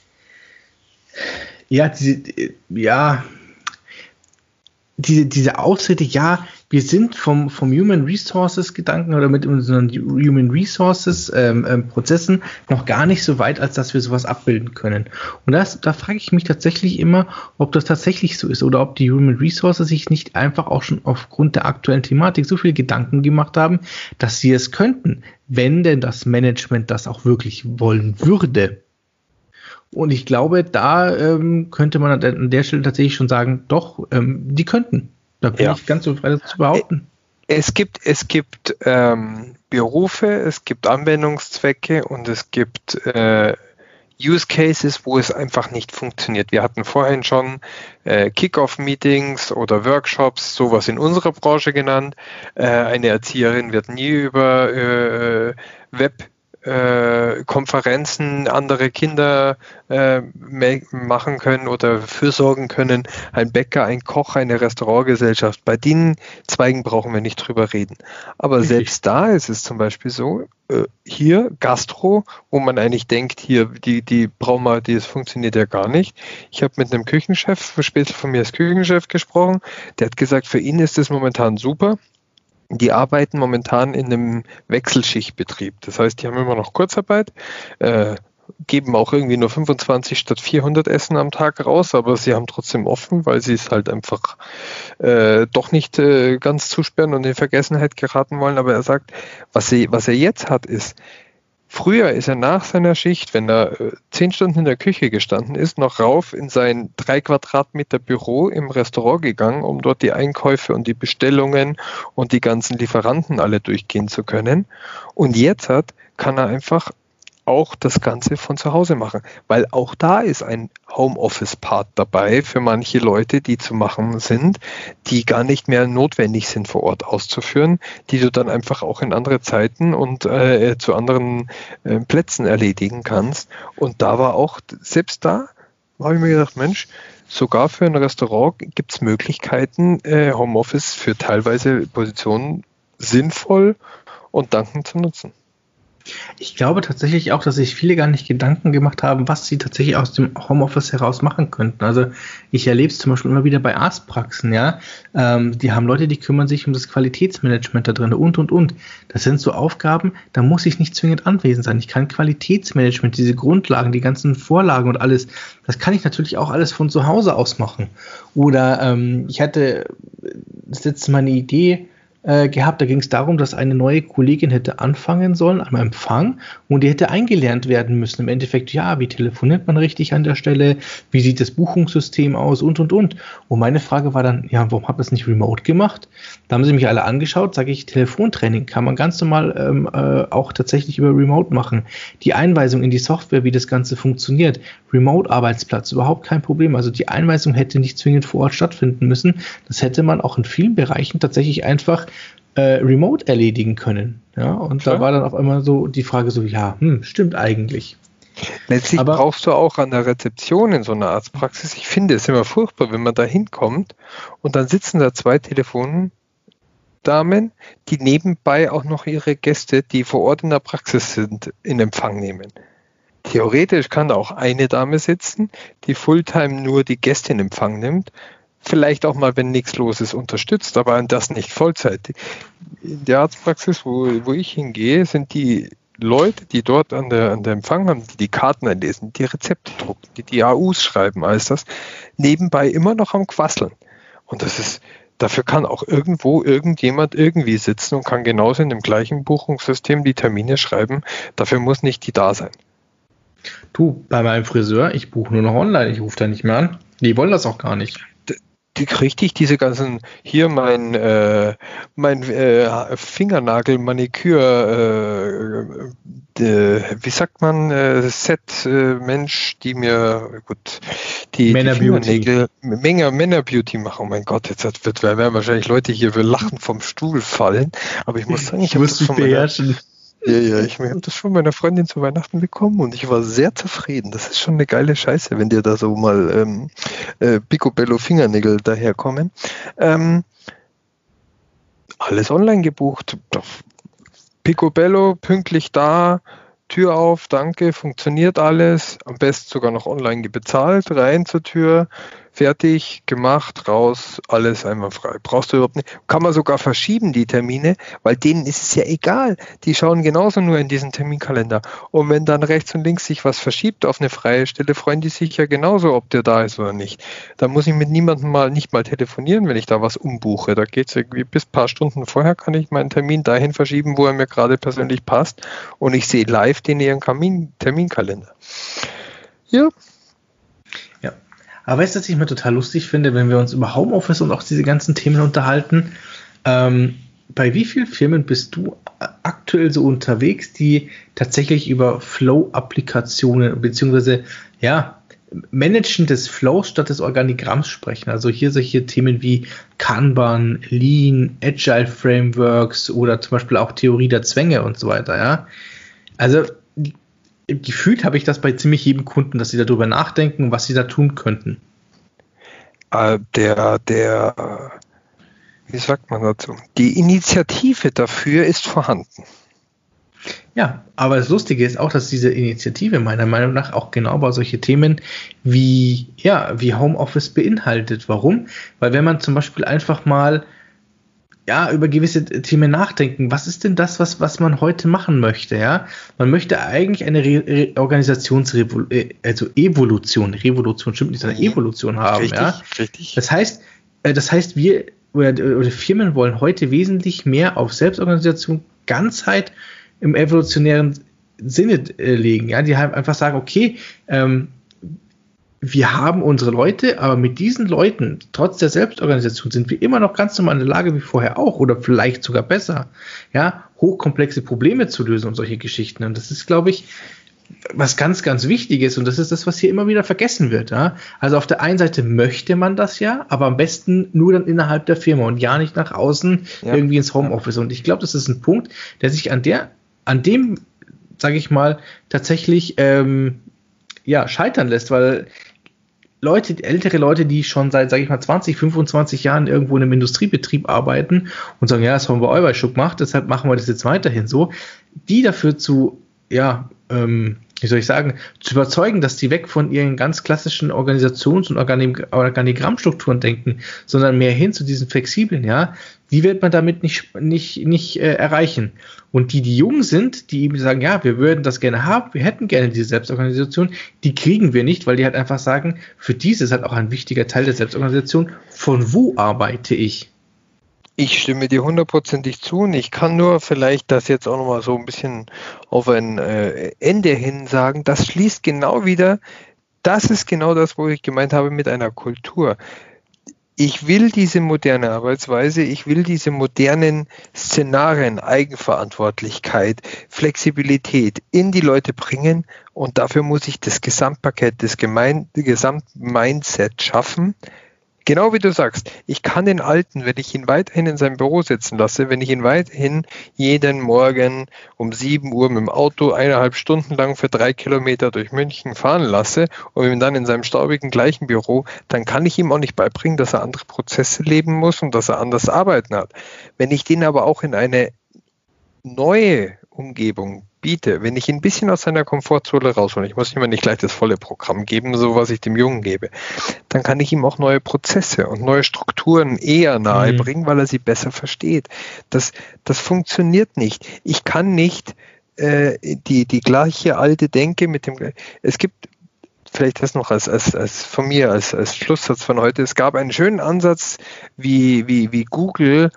ja, diese, ja, Diese, diese Ausrede, ja, wir sind vom, vom Human Resources Gedanken oder mit unseren Human Resources ähm, ähm, Prozessen noch gar nicht so weit, als dass wir sowas abbilden können. Und das, da frage ich mich tatsächlich immer, ob das tatsächlich so ist oder ob die Human Resources sich nicht einfach auch schon aufgrund der aktuellen Thematik so viel Gedanken gemacht haben, dass sie es könnten, wenn denn das Management das auch wirklich wollen würde. Und ich glaube, da ähm, könnte man an der Stelle tatsächlich schon sagen, doch, ähm, die könnten. Da bin ja. ich ganz so frei, das zu behaupten.
Es gibt, es gibt ähm, Berufe, es gibt Anwendungszwecke und es gibt äh, Use Cases, wo es einfach nicht funktioniert. Wir hatten vorhin schon äh, Kick-Off-Meetings oder Workshops, sowas in unserer Branche genannt. Äh, eine Erzieherin wird nie über äh, Web Äh, Konferenzen andere Kinder äh, machen können oder fürsorgen können. Ein Bäcker, ein Koch, eine Restaurantgesellschaft. Bei den Zweigen brauchen wir nicht drüber reden. Aber Richtig. Selbst da ist es zum Beispiel so, äh, hier Gastro, wo man eigentlich denkt, hier die, die Brauma, die, das funktioniert ja gar nicht. Ich habe mit einem Küchenchef, später von mir als Küchenchef gesprochen, der hat gesagt, für ihn ist es momentan super. Die arbeiten momentan in einem Wechselschichtbetrieb. Das heißt, die haben immer noch Kurzarbeit, äh, geben auch irgendwie nur fünfundzwanzig statt vierhundert Essen am Tag raus, aber sie haben trotzdem offen, weil sie es halt einfach äh, doch nicht äh, ganz zusperren und in Vergessenheit geraten wollen. Aber er sagt, was, sie, was er jetzt hat, ist, früher ist er nach seiner Schicht, wenn er äh, zehn Stunden in der Küche gestanden ist, noch rauf in sein drei Quadratmeter Büro im Restaurant gegangen, um dort die Einkäufe und die Bestellungen und die ganzen Lieferanten alle durchgehen zu können. Und jetzt hat, kann er einfach auch das Ganze von zu Hause machen, weil auch da ist ein Homeoffice-Part dabei für manche Leute, die zu machen sind, die gar nicht mehr notwendig sind vor Ort auszuführen, die du dann einfach auch in andere Zeiten und äh, zu anderen äh, Plätzen erledigen kannst. Und da war auch, selbst da habe ich mir gedacht, Mensch, sogar für ein Restaurant gibt es Möglichkeiten, äh, Homeoffice für teilweise Positionen sinnvoll und dankend zu nutzen.
Ich glaube tatsächlich auch, dass sich viele gar nicht Gedanken gemacht haben, was sie tatsächlich aus dem Homeoffice heraus machen könnten. Also ich erlebe es zum Beispiel immer wieder bei Arztpraxen, ja. Ähm, die haben Leute, die kümmern sich um das Qualitätsmanagement da drin und, und, und. Das sind so Aufgaben, da muss ich nicht zwingend anwesend sein. Ich kann Qualitätsmanagement, diese Grundlagen, die ganzen Vorlagen und alles, das kann ich natürlich auch alles von zu Hause aus machen. Oder ähm, ich hatte das letzte Mal eine Idee, gehabt. Da ging es darum, dass eine neue Kollegin hätte anfangen sollen am Empfang und die hätte eingelernt werden müssen. Im Endeffekt, ja, wie telefoniert man richtig an der Stelle? Wie sieht das Buchungssystem aus? Und, und, und. Und meine Frage war dann, ja, warum habt ihr das nicht remote gemacht? Da haben sie mich alle angeschaut, sage ich, Telefontraining kann man ganz normal ähm, äh, auch tatsächlich über Remote machen. Die Einweisung in die Software, wie das Ganze funktioniert, Remote-Arbeitsplatz, überhaupt kein Problem. Also die Einweisung hätte nicht zwingend vor Ort stattfinden müssen. Das hätte man auch in vielen Bereichen tatsächlich einfach äh, remote erledigen können. Ja, und ja. Da war dann auf einmal so die Frage so, ja, hm, stimmt eigentlich.
Letztlich Aber, brauchst du auch an der Rezeption in so einer Arztpraxis, ich finde es immer furchtbar, wenn man da hinkommt und dann sitzen da zwei Telefondamen, die nebenbei auch noch ihre Gäste, die vor Ort in der Praxis sind, in Empfang nehmen. Theoretisch kann da auch eine Dame sitzen, die Fulltime nur die Gäste in Empfang nimmt, vielleicht auch mal, wenn nichts los ist, unterstützt, aber das nicht Vollzeit. In der Arztpraxis, wo, wo ich hingehe, sind die Leute, die dort an der, an der Empfang haben, die die Karten einlesen, die Rezepte drucken, die die A Us schreiben, alles das, nebenbei immer noch am Quasseln. Und das ist, dafür kann auch irgendwo irgendjemand irgendwie sitzen und kann genauso in dem gleichen Buchungssystem die Termine schreiben. Dafür muss nicht die da sein.
Du, bei meinem Friseur, ich buche nur noch online, ich rufe da nicht mehr an. Die wollen das auch gar nicht.
Die kriege ich diese ganzen, hier mein, äh, mein äh, Fingernagel, Maniküre, äh, äh, wie sagt man, äh, Set-Mensch, äh, die mir, gut, die, die Fingernägel, Männer, Männer-Beauty machen. Oh mein Gott, jetzt wird, werden wahrscheinlich Leute hier für Lachen vom Stuhl fallen, aber ich muss sagen, ich, ich muss mich beherrschen. Ja, ja, ich habe das von meiner Freundin zu Weihnachten bekommen und ich war sehr zufrieden. Das ist schon eine geile Scheiße, wenn dir da so mal ähm, äh, Picobello Fingernägel daherkommen. Ähm, alles online gebucht. Picobello, pünktlich da, Tür auf, danke, funktioniert alles. Am besten sogar noch online bezahlt, rein zur Tür, fertig, gemacht, raus, alles einwandfrei. Brauchst du überhaupt nicht. Kann man sogar verschieben, die Termine, weil denen ist es ja egal. Die schauen genauso nur in diesen Terminkalender. Und wenn dann rechts und links sich was verschiebt auf eine freie Stelle, freuen die sich ja genauso, ob der da ist oder nicht. Da muss ich mit niemandem mal nicht mal telefonieren, wenn ich da was umbuche. Da geht es irgendwie bis ein paar Stunden vorher, kann ich meinen Termin dahin verschieben, wo er mir gerade persönlich passt. Und ich sehe live den ihren Termin- Terminkalender. Ja.
Aber weißt du, was ich mir total lustig finde, wenn wir uns über Homeoffice und auch diese ganzen Themen unterhalten? Ähm, bei wie vielen Firmen bist du aktuell so unterwegs, die tatsächlich über Flow-Applikationen beziehungsweise ja, Managen des Flows statt des Organigramms sprechen? Also hier solche Themen wie Kanban, Lean, Agile Frameworks oder zum Beispiel auch Theorie der Zwänge und so weiter. Ja? Also gefühlt habe ich das bei ziemlich jedem Kunden, dass sie darüber nachdenken, was sie da tun könnten.
Äh, der, der, wie sagt man dazu? Die Initiative dafür ist vorhanden.
Ja, aber das Lustige ist auch, dass diese Initiative meiner Meinung nach auch genau bei solche Themen wie, ja, wie Homeoffice beinhaltet. Warum? Weil wenn man zum Beispiel einfach mal ja, über gewisse Themen nachdenken. Was ist denn das, was, was man heute machen möchte, ja? Man möchte eigentlich eine Re- Re- Organisationsrevolution, also Evolution, Revolution stimmt nicht, sondern Evolution haben,
richtig,
ja?
Richtig.
Das heißt, äh, das heißt, wir oder, oder Firmen wollen heute wesentlich mehr auf Selbstorganisation, Ganzheit im evolutionären Sinne äh, legen, ja? Die halt einfach sagen, okay, ähm, wir haben unsere Leute, aber mit diesen Leuten, trotz der Selbstorganisation, sind wir immer noch ganz normal in der Lage wie vorher auch oder vielleicht sogar besser, ja, hochkomplexe Probleme zu lösen und solche Geschichten. Und das ist, glaube ich, was ganz, ganz Wichtiges und das ist das, was hier immer wieder vergessen wird. Ja? Also auf der einen Seite möchte man das ja, aber am besten nur dann innerhalb der Firma und ja nicht nach außen ja. irgendwie ins Homeoffice. Und ich glaube, das ist ein Punkt, der sich an der, an dem, sage ich mal, tatsächlich ähm, ja, scheitern lässt, weil Leute, ältere Leute, die schon seit, sage ich mal, zwanzig, fünfundzwanzig Jahren irgendwo in einem Industriebetrieb arbeiten und sagen, ja, das haben wir Euweischuck gemacht, deshalb machen wir das jetzt weiterhin so, die dafür zu, ja, ähm, wie soll ich sagen, zu überzeugen, dass die weg von ihren ganz klassischen Organisations- und Organig- Organigrammstrukturen denken, sondern mehr hin zu diesen flexiblen, ja, die wird man damit nicht, nicht, nicht äh, erreichen. Und die, die jung sind, die eben sagen, ja, wir würden das gerne haben, wir hätten gerne diese Selbstorganisation, die kriegen wir nicht, weil die halt einfach sagen, für diese ist halt auch ein wichtiger Teil der Selbstorganisation, von wo arbeite ich?
Ich stimme dir hundertprozentig zu und ich kann nur vielleicht das jetzt auch nochmal so ein bisschen auf ein äh, Ende hin sagen, das schließt genau wieder, das ist genau das, wo ich gemeint habe mit einer Kultur. Ich will diese moderne Arbeitsweise, ich will diese modernen Szenarien, Eigenverantwortlichkeit, Flexibilität in die Leute bringen und dafür muss ich das Gesamtpaket, das Gesamtmindset schaffen. Genau wie du sagst, ich kann den Alten, wenn ich ihn weiterhin in seinem Büro sitzen lasse, wenn ich ihn weiterhin jeden Morgen um sieben Uhr mit dem Auto eineinhalb Stunden lang für drei Kilometer durch München fahren lasse und ihn dann in seinem staubigen gleichen Büro, dann kann ich ihm auch nicht beibringen, dass er andere Prozesse leben muss und dass er anders arbeiten hat. Wenn ich den aber auch in eine neue Umgebung biete, wenn ich ihn ein bisschen aus seiner Komfortzone raushole, ich muss ihm nicht gleich das volle Programm geben, so was ich dem Jungen gebe, dann kann ich ihm auch neue Prozesse und neue Strukturen eher nahe bringen, mhm. weil er sie besser versteht. Das, das funktioniert nicht. Ich kann nicht äh, die, die gleiche alte Denke mit dem, es gibt vielleicht das noch als, als, als von mir, als, als Schlusssatz von heute, es gab einen schönen Ansatz, wie, wie, wie Google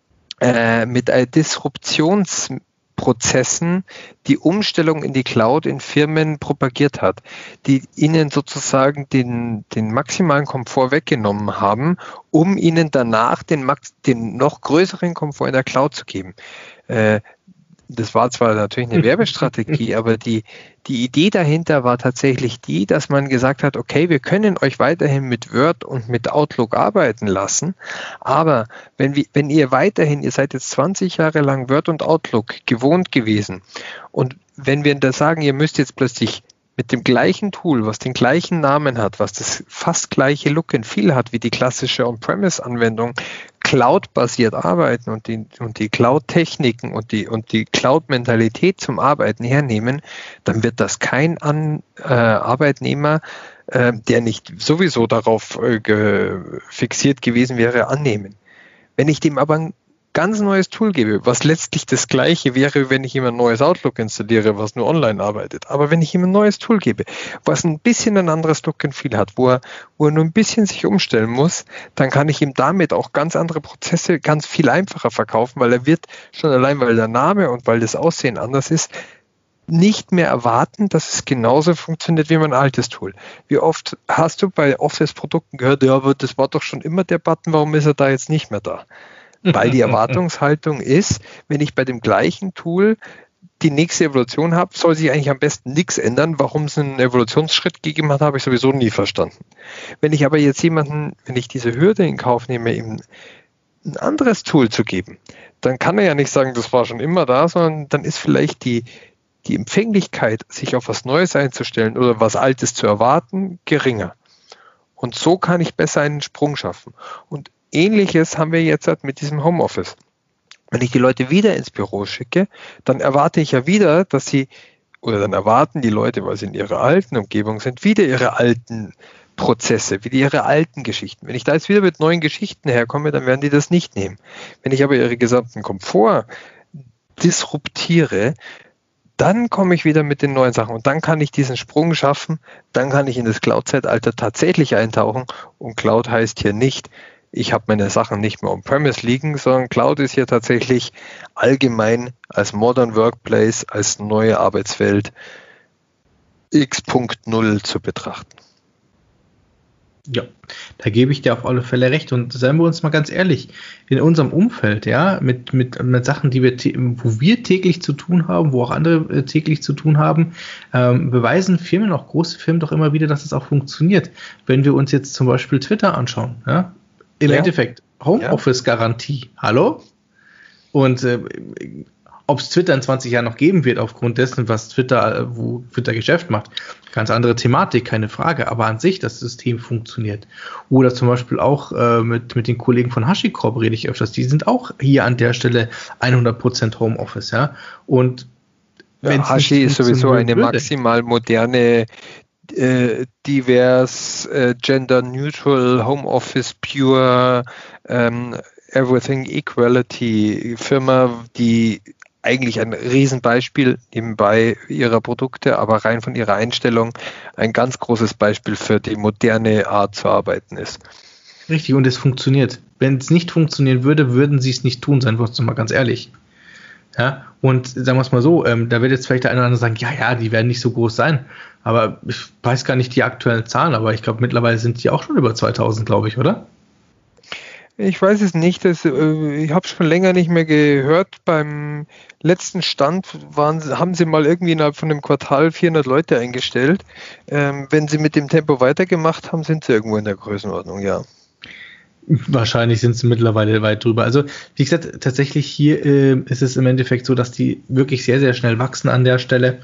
äh, mit einer Disruptions Prozessen die Umstellung in die Cloud in Firmen propagiert hat, die ihnen sozusagen den, den maximalen Komfort weggenommen haben, um ihnen danach den, Max, den noch größeren Komfort in der Cloud zu geben. Äh, das war zwar natürlich eine Werbestrategie, aber die, die Idee dahinter war tatsächlich die, dass man gesagt hat, okay, wir können euch weiterhin mit Word und mit Outlook arbeiten lassen, aber wenn, wir, wenn ihr weiterhin, ihr seid jetzt zwanzig Jahre lang Word und Outlook gewohnt gewesen und wenn wir da sagen, ihr müsst jetzt plötzlich mit dem gleichen Tool, was den gleichen Namen hat, was das fast gleiche Look and Feel hat wie die klassische On-Premise-Anwendung, Cloud-basiert arbeiten und die, und die Cloud-Techniken und die, und die Cloud-Mentalität zum Arbeiten hernehmen, dann wird das kein An, äh, Arbeitnehmer, äh, der nicht sowieso darauf äh, ge, fixiert gewesen wäre, annehmen. Wenn ich dem aber ein ganz neues Tool gebe, was letztlich das gleiche wäre, wenn ich ihm ein neues Outlook installiere, was nur online arbeitet. Aber wenn ich ihm ein neues Tool gebe, was ein bisschen ein anderes Look and Feel hat, wo er, wo er nur ein bisschen sich umstellen muss, dann kann ich ihm damit auch ganz andere Prozesse ganz viel einfacher verkaufen, weil er wird schon allein, weil der Name und weil das Aussehen anders ist, nicht mehr erwarten, dass es genauso funktioniert wie mein altes Tool. Wie oft hast du bei Office-Produkten gehört, ja, aber das war doch schon immer der Button, warum ist er da jetzt nicht mehr da? Weil die Erwartungshaltung ist, wenn ich bei dem gleichen Tool die nächste Evolution habe, soll sich eigentlich am besten nichts ändern. Warum es einen Evolutionsschritt gegeben hat, habe ich sowieso nie verstanden. Wenn ich aber jetzt jemanden, wenn ich diese Hürde in Kauf nehme, ihm ein anderes Tool zu geben, dann kann er ja nicht sagen, das war schon immer da, sondern dann ist vielleicht die, die Empfänglichkeit, sich auf was Neues einzustellen oder was Altes zu erwarten, geringer. Und so kann ich besser einen Sprung schaffen. Und Ähnliches haben wir jetzt halt mit diesem Homeoffice. Wenn ich die Leute wieder ins Büro schicke, dann erwarte ich ja wieder, dass sie, oder dann erwarten die Leute, weil sie in ihrer alten Umgebung sind, wieder ihre alten Prozesse, wie ihre alten Geschichten. Wenn ich da jetzt wieder mit neuen Geschichten herkomme, dann werden die das nicht nehmen. Wenn ich aber ihre gesamten Komfort disruptiere, dann komme ich wieder mit den neuen Sachen und dann kann ich diesen Sprung schaffen, dann kann ich in das Cloud-Zeitalter tatsächlich eintauchen und Cloud heißt hier nicht, ich habe meine Sachen nicht mehr on-premise liegen, sondern Cloud ist hier tatsächlich allgemein als Modern Workplace, als neue Arbeitswelt X null zu betrachten.
Ja, da gebe ich dir auf alle Fälle recht und seien wir uns mal ganz ehrlich, in unserem Umfeld, ja, mit, mit, mit Sachen, die wir, wo wir täglich zu tun haben, wo auch andere täglich zu tun haben, ähm, beweisen Firmen, auch große Firmen doch immer wieder, dass es auch funktioniert. Wenn wir uns jetzt zum Beispiel Twitter anschauen, ja, im ja. Endeffekt Homeoffice-Garantie, hallo? Und äh, ob es Twitter in zwanzig Jahren noch geben wird, aufgrund dessen, was Twitter, wo Twitter Geschäft macht, ganz andere Thematik, keine Frage, aber an sich das System funktioniert. Oder zum Beispiel auch äh, mit, mit den Kollegen von HashiCorp rede ich öfters, die sind auch hier an der Stelle hundert Prozent Homeoffice, ja. Und
ja, Hashi ist sowieso eine würde, maximal moderne, äh, divers, äh, gender-neutral, Homeoffice pure, ähm, everything equality Firma, die eigentlich ein Riesenbeispiel nebenbei ihrer Produkte, aber rein von ihrer Einstellung ein ganz großes Beispiel für die moderne Art zu arbeiten ist.
Richtig, und es funktioniert. Wenn es nicht funktionieren würde, würden sie es nicht tun, seien wir uns mal ganz ehrlich. Ja, und sagen wir es mal so, ähm, da wird jetzt vielleicht der eine oder andere sagen, ja, ja, die werden nicht so groß sein, aber ich weiß gar nicht die aktuellen Zahlen, aber ich glaube, mittlerweile sind die auch schon über zweitausend, glaube ich, oder?
Ich weiß es nicht, das, äh, ich habe es schon länger nicht mehr gehört. Beim letzten Stand waren, haben sie mal irgendwie innerhalb von einem Quartal vierhundert Leute eingestellt. Ähm, wenn sie mit dem Tempo weitergemacht haben, sind sie irgendwo in der Größenordnung, ja.
Wahrscheinlich sind sie mittlerweile weit drüber. Also wie gesagt, tatsächlich hier äh, ist es im Endeffekt so, dass die wirklich sehr, sehr schnell wachsen an der Stelle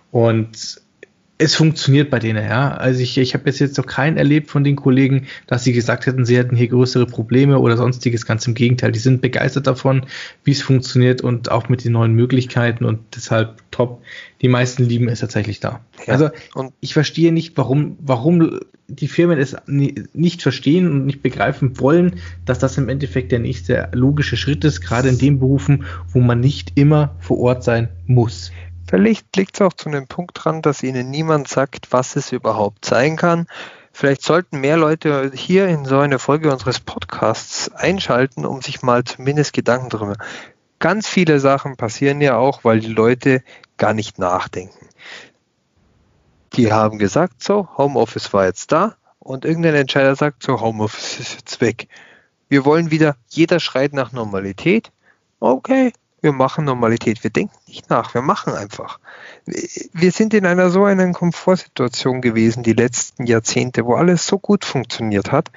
und es funktioniert bei denen, ja. Also ich, ich habe jetzt, jetzt noch keinen erlebt von den Kollegen, dass sie gesagt hätten, sie hätten hier größere Probleme oder sonstiges. Ganz im Gegenteil. Die sind begeistert davon, wie es funktioniert und auch mit den neuen Möglichkeiten und deshalb top. Die meisten lieben es tatsächlich da. Ja. Also und ich verstehe nicht, warum, warum die Firmen es nicht verstehen und nicht begreifen wollen, dass das im Endeffekt der nächste logische Schritt ist, gerade in den Berufen, wo man nicht immer vor Ort sein muss.
Vielleicht liegt es auch zu einem Punkt dran, dass Ihnen niemand sagt, was es überhaupt sein kann. Vielleicht sollten mehr Leute hier in so eine Folge unseres Podcasts einschalten, um sich mal zumindest Gedanken darüber. Ganz viele Sachen passieren ja auch, weil die Leute gar nicht nachdenken. Die haben gesagt, so, Homeoffice war jetzt da und irgendein Entscheider sagt, so, Homeoffice ist jetzt weg. Wir wollen wieder, jeder schreit nach Normalität. Okay. Wir machen Normalität, wir denken nicht nach, wir machen einfach. Wir sind in einer so einer Komfortsituation gewesen die letzten Jahrzehnte, wo alles so gut funktioniert hat.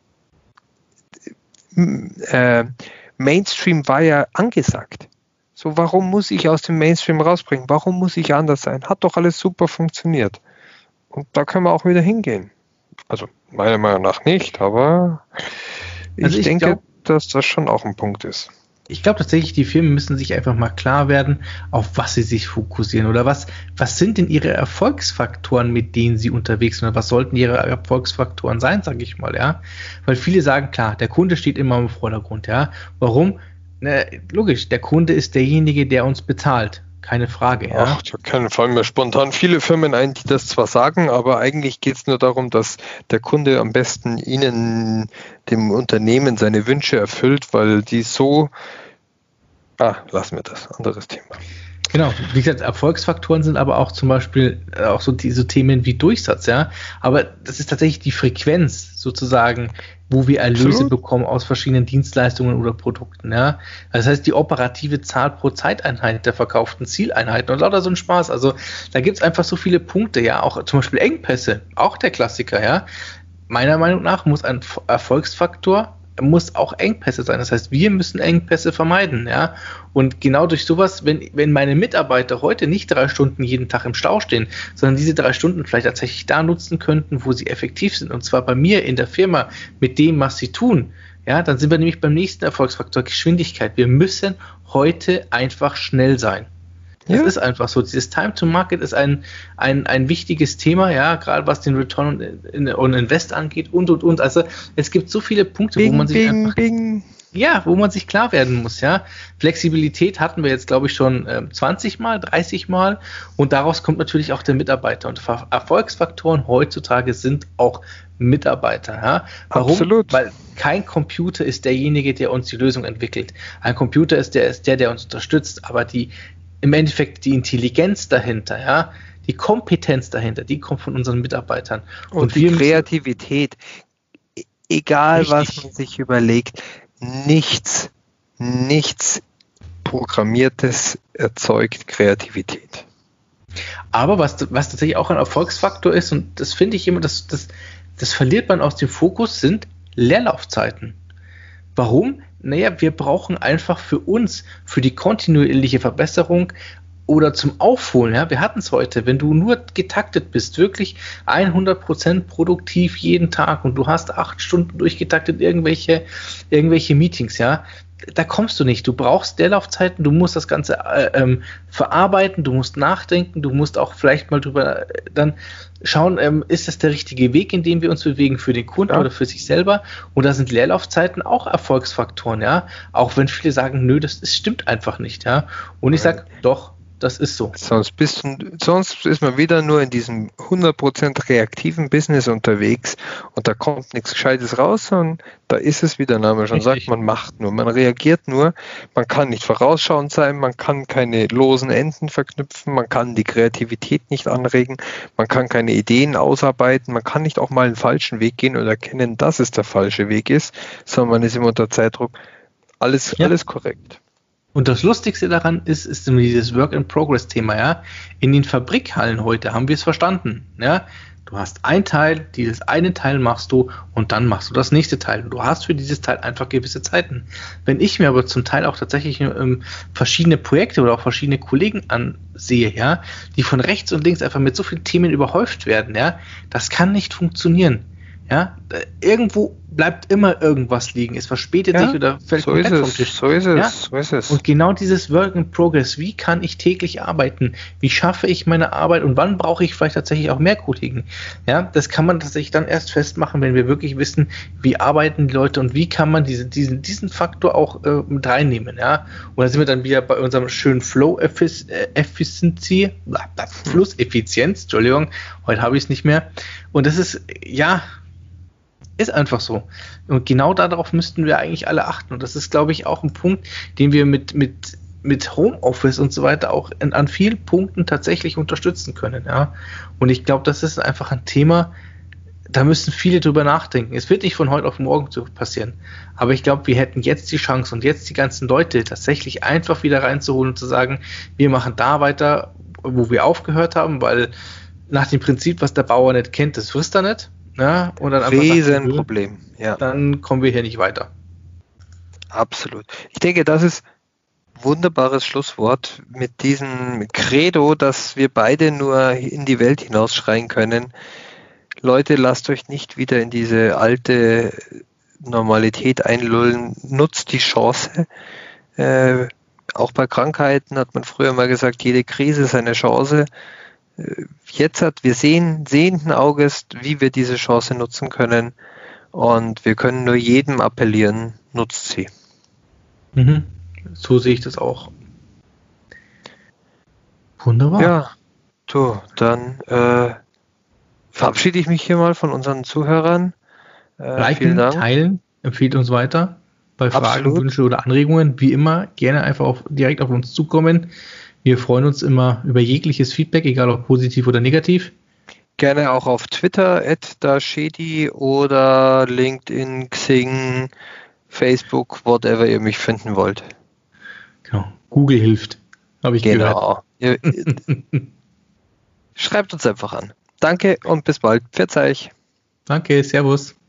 Äh, Mainstream war ja angesagt. So, warum muss ich aus dem Mainstream rausbringen? Warum muss ich anders sein? Hat doch alles super funktioniert. Und da können wir auch wieder hingehen. Also meiner Meinung nach nicht, aber ich, also ich denke, glaub, dass das schon auch ein Punkt ist.
Ich glaube tatsächlich, die Firmen müssen sich einfach mal klar werden, auf was sie sich fokussieren oder was, was sind denn ihre Erfolgsfaktoren, mit denen sie unterwegs sind oder was sollten ihre Erfolgsfaktoren sein, sage ich mal, ja. Weil viele sagen, klar, der Kunde steht immer im Vordergrund, ja. Warum? Na, logisch, der Kunde ist derjenige, der uns bezahlt. Keine Frage, ja.
Ach, da können fallen mir spontan viele Firmen ein, die das zwar sagen, aber eigentlich geht es nur darum, dass der Kunde am besten Ihnen, dem Unternehmen, seine Wünsche erfüllt, weil die so, ah, lassen wir das, anderes Thema.
Genau, wie gesagt, Erfolgsfaktoren sind aber auch zum Beispiel auch so diese Themen wie Durchsatz, ja. Aber das ist tatsächlich die Frequenz sozusagen, wo wir Erlöse Absolut. bekommen aus verschiedenen Dienstleistungen oder Produkten, ja. Das heißt, die operative Zahl pro Zeiteinheit der verkauften Zieleinheiten und lauter so ein Spaß. Also da gibt es einfach so viele Punkte, ja, auch zum Beispiel Engpässe, auch der Klassiker, ja. Meiner Meinung nach muss ein Erfolgsfaktor muss auch Engpässe sein. Das heißt, wir müssen Engpässe vermeiden, ja. Und genau durch sowas, wenn, wenn meine Mitarbeiter heute nicht drei Stunden jeden Tag im Stau stehen, sondern diese drei Stunden vielleicht tatsächlich da nutzen könnten, wo sie effektiv sind, und zwar bei mir in der Firma mit dem, was sie tun, ja, dann sind wir nämlich beim nächsten Erfolgsfaktor, Geschwindigkeit. Wir müssen heute einfach schnell sein. Das
Ja.
ist einfach so. Dieses Time to Market ist ein, ein, ein wichtiges Thema, ja, gerade was den Return on Invest angeht und und und. Also es gibt so viele Punkte,
Bing,
wo man sich
bing,
einfach,
bing.
ja, wo man sich klar werden muss, ja. Flexibilität hatten wir jetzt, glaube ich, schon äh, zwanzig Mal, dreißig Mal und daraus kommt natürlich auch der Mitarbeiter. Und Ver- Erfolgsfaktoren heutzutage sind auch Mitarbeiter, ja. Warum?
Absolut.
Weil kein Computer ist derjenige, der uns die Lösung entwickelt. Ein Computer ist der, ist der, der uns unterstützt, aber die im Endeffekt die Intelligenz dahinter, ja, die Kompetenz dahinter, die kommt von unseren Mitarbeitern.
Und,
Und
die
wir müssen-
Kreativität, e- egal was
Richtig.
man sich überlegt, nichts, nichts Programmiertes erzeugt Kreativität.
Aber was, was tatsächlich auch ein Erfolgsfaktor ist, und das finde ich immer, das, das, das verliert man aus dem Fokus, sind Leerlaufzeiten. Warum? Naja, wir brauchen einfach für uns, für die kontinuierliche Verbesserung oder zum Aufholen, ja, wir hatten es heute, wenn du nur getaktet bist, wirklich hundert Prozent produktiv jeden Tag und du hast acht Stunden durchgetaktet irgendwelche, irgendwelche Meetings, ja, da kommst du nicht. Du brauchst Leerlaufzeiten, du musst das Ganze äh, ähm, verarbeiten, du musst nachdenken, du musst auch vielleicht mal drüber äh, dann schauen, ähm, ist das der richtige Weg, in dem wir uns bewegen für den Kunden
Ja.
oder für sich selber? Und da sind Leerlaufzeiten auch Erfolgsfaktoren, ja. Auch wenn viele sagen, nö, das, das stimmt einfach nicht, ja. Und ich sage, doch, das ist so.
Sonst, bist du, sonst ist man wieder nur in diesem hundert Prozent reaktiven Business unterwegs und da kommt nichts Gescheites raus, sondern da ist es, wie der Name schon
Richtig.
sagt, man macht nur, man reagiert nur, man kann nicht vorausschauend sein, man kann keine losen Enden verknüpfen, man kann die Kreativität nicht anregen, man kann keine Ideen ausarbeiten, man kann nicht auch mal einen falschen Weg gehen oder erkennen, dass es der falsche Weg ist, sondern man ist immer unter Zeitdruck. Alles,
Ja.
alles korrekt.
Und das Lustigste daran ist, ist nämlich dieses Work-in-Progress-Thema, ja. In den Fabrikhallen heute haben wir es verstanden, ja. Du hast ein Teil, dieses eine Teil machst du und dann machst du das nächste Teil. Und du hast für dieses Teil einfach gewisse Zeiten. Wenn ich mir aber zum Teil auch tatsächlich ähm, verschiedene Projekte oder auch verschiedene Kollegen ansehe, ja, die von rechts und links einfach mit so vielen Themen überhäuft werden, ja, das kann nicht funktionieren. Ja, irgendwo bleibt immer irgendwas liegen. Es verspätet
Ja,
sich oder fällt
so ist
komplett vom
es,
Tisch.
so ist es,
Ja?
so ist es.
Und genau dieses Work in Progress, wie kann ich täglich arbeiten? Wie schaffe ich meine Arbeit und wann brauche ich vielleicht tatsächlich auch mehr Kollegen? Ja, das kann man tatsächlich dann erst festmachen, wenn wir wirklich wissen, wie arbeiten die Leute und wie kann man diese, diesen, diesen Faktor auch äh, mit reinnehmen. Ja, und da sind wir dann wieder bei unserem schönen Flow Efficiency, Flusseffizienz, Entschuldigung, heute habe ich es nicht mehr. Und das ist, ja, ist einfach so. Und genau darauf müssten wir eigentlich alle achten. Und das ist, glaube ich, auch ein Punkt, den wir mit, mit, mit Homeoffice und so weiter auch in, an vielen Punkten tatsächlich unterstützen können. Ja? Und ich glaube, das ist einfach ein Thema, da müssen viele drüber nachdenken. Es wird nicht von heute auf morgen so passieren. Aber ich glaube, wir hätten jetzt die Chance und jetzt die ganzen Leute tatsächlich einfach wieder reinzuholen und zu sagen, wir machen da weiter, wo wir aufgehört haben, weil nach dem Prinzip, was der Bauer nicht kennt, das frisst er nicht. Ja, und dann einfach
Riesenproblem, ja.
Dann kommen wir hier nicht weiter.
Absolut. Ich denke, das ist ein wunderbares Schlusswort mit diesem Credo, dass wir beide nur in die Welt hinausschreien können. Leute, lasst euch nicht wieder in diese alte Normalität einlullen. Nutzt die Chance. Äh, auch bei Krankheiten hat man früher mal gesagt, jede Krise ist eine Chance. Jetzt hat, wir sehen sehenden Auges, wie wir diese Chance nutzen können und wir können nur jedem appellieren, nutzt sie.
Mhm. So sehe ich das auch. Wunderbar.
Ja, du, dann äh, verabschiede ich mich hier mal von unseren Zuhörern. Äh,
Liken,
vielen Dank.
teilen, empfiehlt uns weiter. Bei Fragen,
Absolut.
Wünsche oder Anregungen, wie immer, gerne einfach auf, direkt auf uns zukommen. Wir freuen uns immer über jegliches Feedback, egal ob positiv oder negativ.
Gerne auch auf Twitter, at dashedi oder LinkedIn, Xing, Facebook, whatever ihr mich finden wollt.
Genau. Google hilft, habe ich gehört.
Genau. Ihr, schreibt uns einfach an. Danke und bis bald. Pfiat euch.
Danke, Servus.